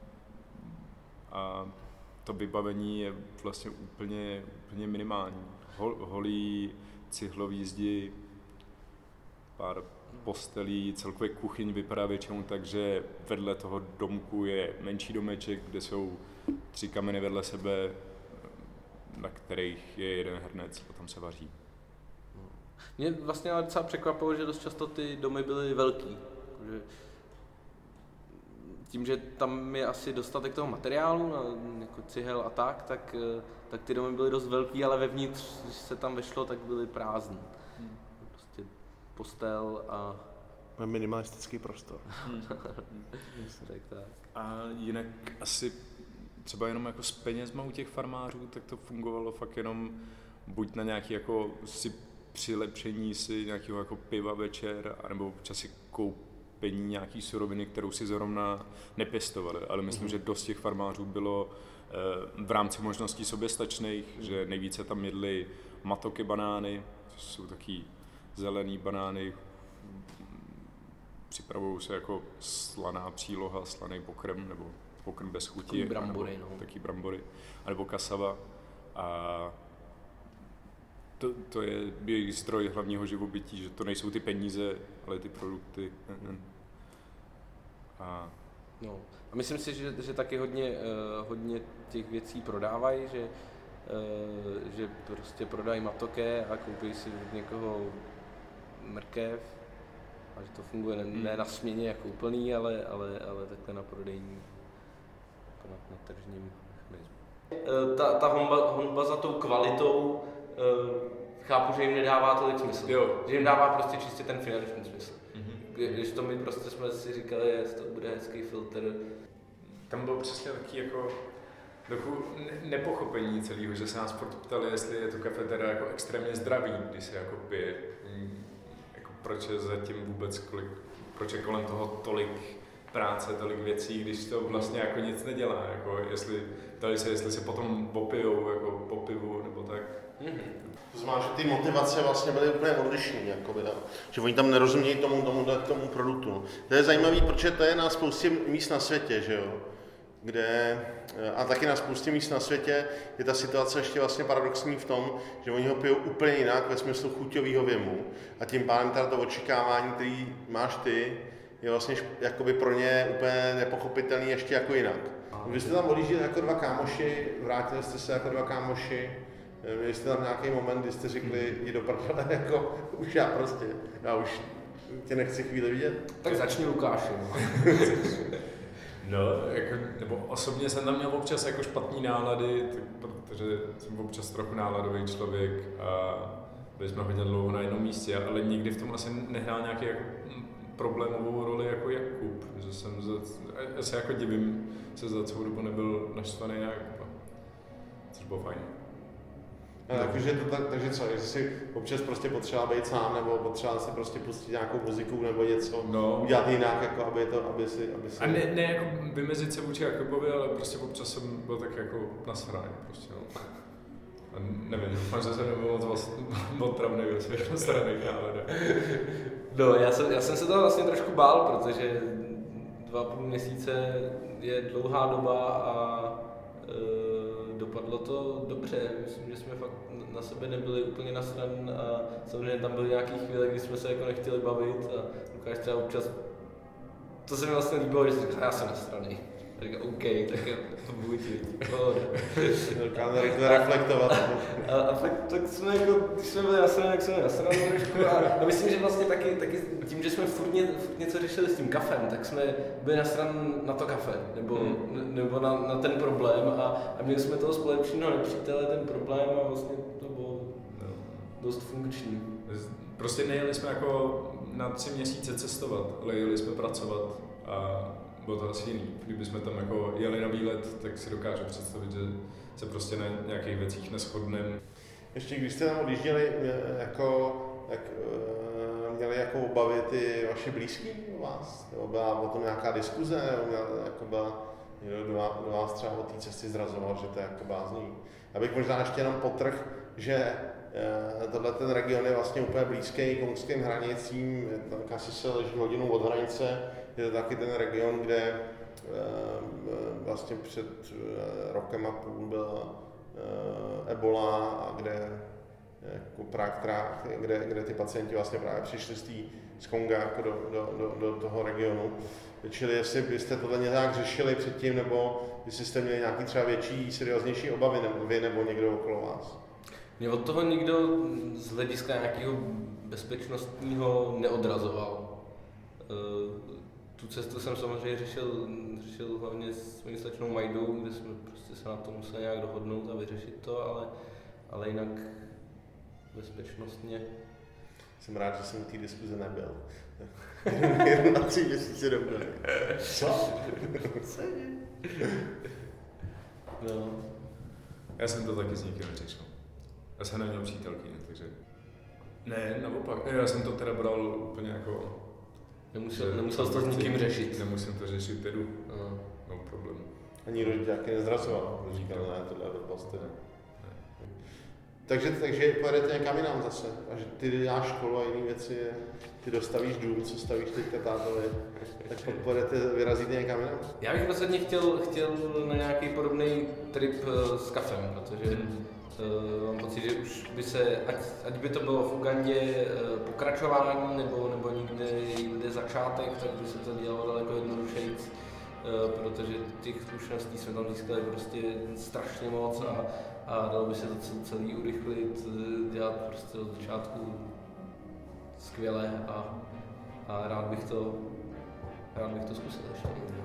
a to vybavení je vlastně úplně, úplně minimální. Hol, holí, cihlový zdi, pár postelí, celkově kuchyň vypadá většinou tak, že vedle toho domku je menší domeček, kde jsou tři kameny vedle sebe, na kterých je jeden hrnec a tam se vaří. Mě vlastně ale docela překvapilo, že dost často ty domy byly velký. Že tím, že tam je asi dostatek toho materiálu, jako cihel a tak, tak, tak ty domy byly dost velký, ale vevnitř, když se tam vešlo, tak byly prázdný. Hmm. Prostě postel a... Minimalistický prostor. Hmm. tak, tak. A jinak asi třeba jenom jako s penězma u těch farmářů, tak to fungovalo fakt jenom buď na nějaký jako si přilepšení si nějakého jako piva večer, anebo občas si koupení nějaký suroviny, kterou si zrovna nepěstovali. Ale myslím, mm. že dost těch farmářů bylo e, v rámci možností soběstačných, mm. že nejvíce tam jedli matoky banány, což jsou taky zelený banány, připravují se jako slaná příloha, slaný pokrm, nebo pokrm bez chuti. Taký brambory, nebo, no. Taký brambory, anebo kasava. A to, to je jejich zdroj hlavního živobytí, že to nejsou ty peníze, ale ty produkty. A, no. A myslím si, že, že taky hodně, uh, hodně těch věcí prodávají, že, uh, že prostě prodají matoké a koupí si od někoho mrkev a že to funguje ne, ne na směně jako úplný, ale, ale, ale takhle na prodejní, jako na, na tržním mechanismu. Uh, ta, ta honba, honba za tou kvalitou Uh, chápu, že jim nedává tolik smysl. Jo. Že jim dává prostě čistě ten finanční smysl. Mm-hmm. Když to my prostě jsme si říkali, že to bude hezký filtr. Tam bylo přesně taky jako trochu nepochopení celého, že se nás ptali, jestli je to kafe teda jako extrémně zdravý, když se jako pije. Jako proč je zatím vůbec kolik, proč je kolem toho tolik práce, tolik věcí, když to vlastně jako nic nedělá. Jako jestli, ptali se, jestli se potom popijou jako po pivu nebo tak. Mm-hmm. To znamená, že ty motivace vlastně byly úplně odlišné, jakoby, no. Že oni tam nerozumějí tomu, tomu, tomu produktu. To je zajímavé, protože to je na spoustě míst na světě, že jo? Kde, a taky na spoustě míst na světě je ta situace ještě vlastně paradoxní v tom, že oni ho pijou úplně jinak ve smyslu chuťového věmu a tím pádem teda to očekávání, který máš ty, je vlastně jakoby pro ně úplně nepochopitelný ještě jako jinak. Vy jste tam odjížděli jako dva kámoši, vrátili jste se jako dva kámoši, měli jste tam nějaký moment, kdy jste řekli, jdi do prdele, jako už já prostě, já už tě nechci chvíli vidět. Tak začni Lukáši. No, jako, nebo osobně jsem tam měl občas jako špatný nálady, tak, protože jsem občas trochu náladový člověk a byli jsme hodně dlouho na jednom místě, ale nikdy v tom asi nehrál nějaký jako problémovou roli jako Jakub, že jsem za, já se jako divím, se za celou dobu nebyl naštvaný na Jakuba, což bylo fajn. No, takže, to, tak, takže co, jestli si občas prostě potřeba být sám, nebo potřeba si prostě pustit nějakou muziku nebo něco, no. Udělat jinak, jako aby, to, aby si... Aby si... A ne, ne jako vymezit se vůči Jakubovi, ale prostě občas jsem byl tak jako nasraný prostě, no. A nevím, doufám, že se nebyl moc otravný ve svých nasraných náladách. No, já jsem, já jsem se toho vlastně trošku bál, protože dva půl měsíce je dlouhá doba a e, dopadlo to dobře. Myslím, že jsme fakt na sebe nebyli úplně nasran a samozřejmě tam byly nějaký chvíle, kdy jsme se jako nechtěli bavit a Lukáš třeba občas, to se mi vlastně líbilo, že si říkal, já jsem nasraný. A říkal, OK, tak jo, to budu ti, pohoda. Dokáže rychle reflektovat. A, a fakt, tak jsme jako, když jsme byli nasraný, tak jsme nasraný trošku a, a myslím, že vlastně taky, taky tím, že jsme furt, ně, furt něco řešili s tím kafem, tak jsme byli nasraný na to kafe, nebo, hmm. nebo na, na ten problém a, a měli jsme toho společného nepřítele, ten problém a vlastně to bylo no. dost funkční. Prostě nejeli jsme jako na tři měsíce cestovat, ale jeli jsme pracovat a bylo to asi jiný. Kdybychom tam jako jeli na výlet, tak si dokážu představit, že se prostě na nějakých věcích neshodneme. Ještě když jste tam odjížděli, jako, jak, měli jako obavy ty vaši blízký o vás? Nebo byla o tom nějaká diskuze? Nebo měla, jako byla, někdo do vás, do vás třeba o té cesty zrazoval, že to je jako blázní? Já bych možná ještě jenom potrhl, že tohle ten region je vlastně úplně blízký k konským hranicím, tam asi se leží hodinu od hranice. Je to taky ten region, kde vlastně před rokem a půl byla ebola a kde, jako Prague, kde, kde ty pacienti vlastně právě přišli z, tý, z Konga jako do, do, do, do toho regionu. Čili jestli byste tohle nějak řešili předtím, nebo jestli jste měli nějaký třeba větší, serióznější obavy, nebo vy, nebo někdo okolo vás? Mě od toho nikdo z hlediska nějakého bezpečnostního neodrazoval. tu cestu jsem samozřejmě řešil, řešil hlavně s mojí slečnou Majdou, kde jsme prostě se na to museli nějak dohodnout a vyřešit to, ale, ale jinak bezpečnostně. Jsem rád, že jsem u té diskuze nebyl. Jenom na tři měsíce dobu. Co? No. Já jsem to taky s nikým neřešil. Já jsem neměl přítelkyně, takže... Ne, naopak. Já jsem to teda bral úplně jako... Nemusel, nemusel to s nikým řešit. Nemusím to řešit, jedu. No. No problém. Ani rodičáky nezrazoval. Říkal, ne, tohle je blbost. Takže, takže pojedete někam jinam zase. Až ty děláš školu a jiné věci, ty dostavíš dům, co stavíš teďka tátovi, tak pak pojedete, vyrazíte někam jinam. Já bych rozhodně chtěl, chtěl na nějaký podobný trip s kafem, protože uh, mám pocit, že už by se, ať, ať by to bylo v Ugandě uh, pokračování nebo, nebo někde jinde začátek, tak by se to dělalo daleko jednodušejc, uh, protože těch zkušeností jsme tam získali prostě strašně moc a, a dalo by se to celý urychlit, dělat prostě od začátku skvěle a, a rád bych to, rád bych to zkusil ještě.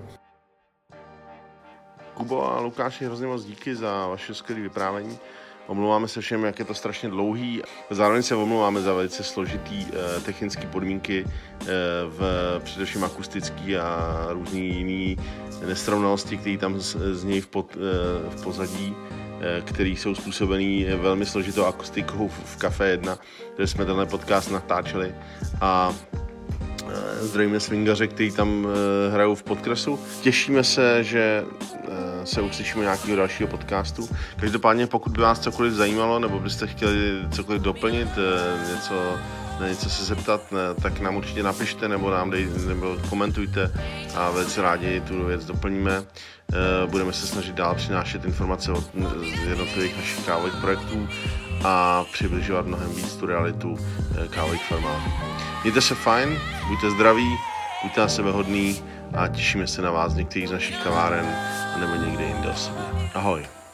Kubo a Lukáši, hrozně moc díky za vaše skvělé vyprávění. Omlouváme se všem, jak je to strašně dlouhý. Zároveň se omlouváme za velice složitý eh, technické podmínky, eh, v, především akustický a různý jiný nesrovnalosti, které tam z, z něj v, pod, eh, v pozadí, eh, které jsou způsobený velmi složitou akustikou v, v Café jedna, kde jsme tenhle podcast natáčeli. A zdravíme swingaře, kteří tam e, hrajou v podkresu. Těšíme se, že e, se uslyšíme nějakého dalšího podcastu. Každopádně, pokud by vás cokoliv zajímalo, nebo byste chtěli cokoliv doplnit, e, něco, na něco se zeptat, ne, tak nám určitě napište, nebo nám dej, nebo komentujte a velice rádi tu věc doplníme. E, budeme se snažit dál přinášet informace od jednotlivých našich kávových projektů a přibližovat mnohem víc tu realitu e, kávových formátů. Mějte se fajn, buďte zdraví, buďte na sebe hodný a těšíme se na vás v některých z našich kaváren nebo někde jinde osobně. Ahoj.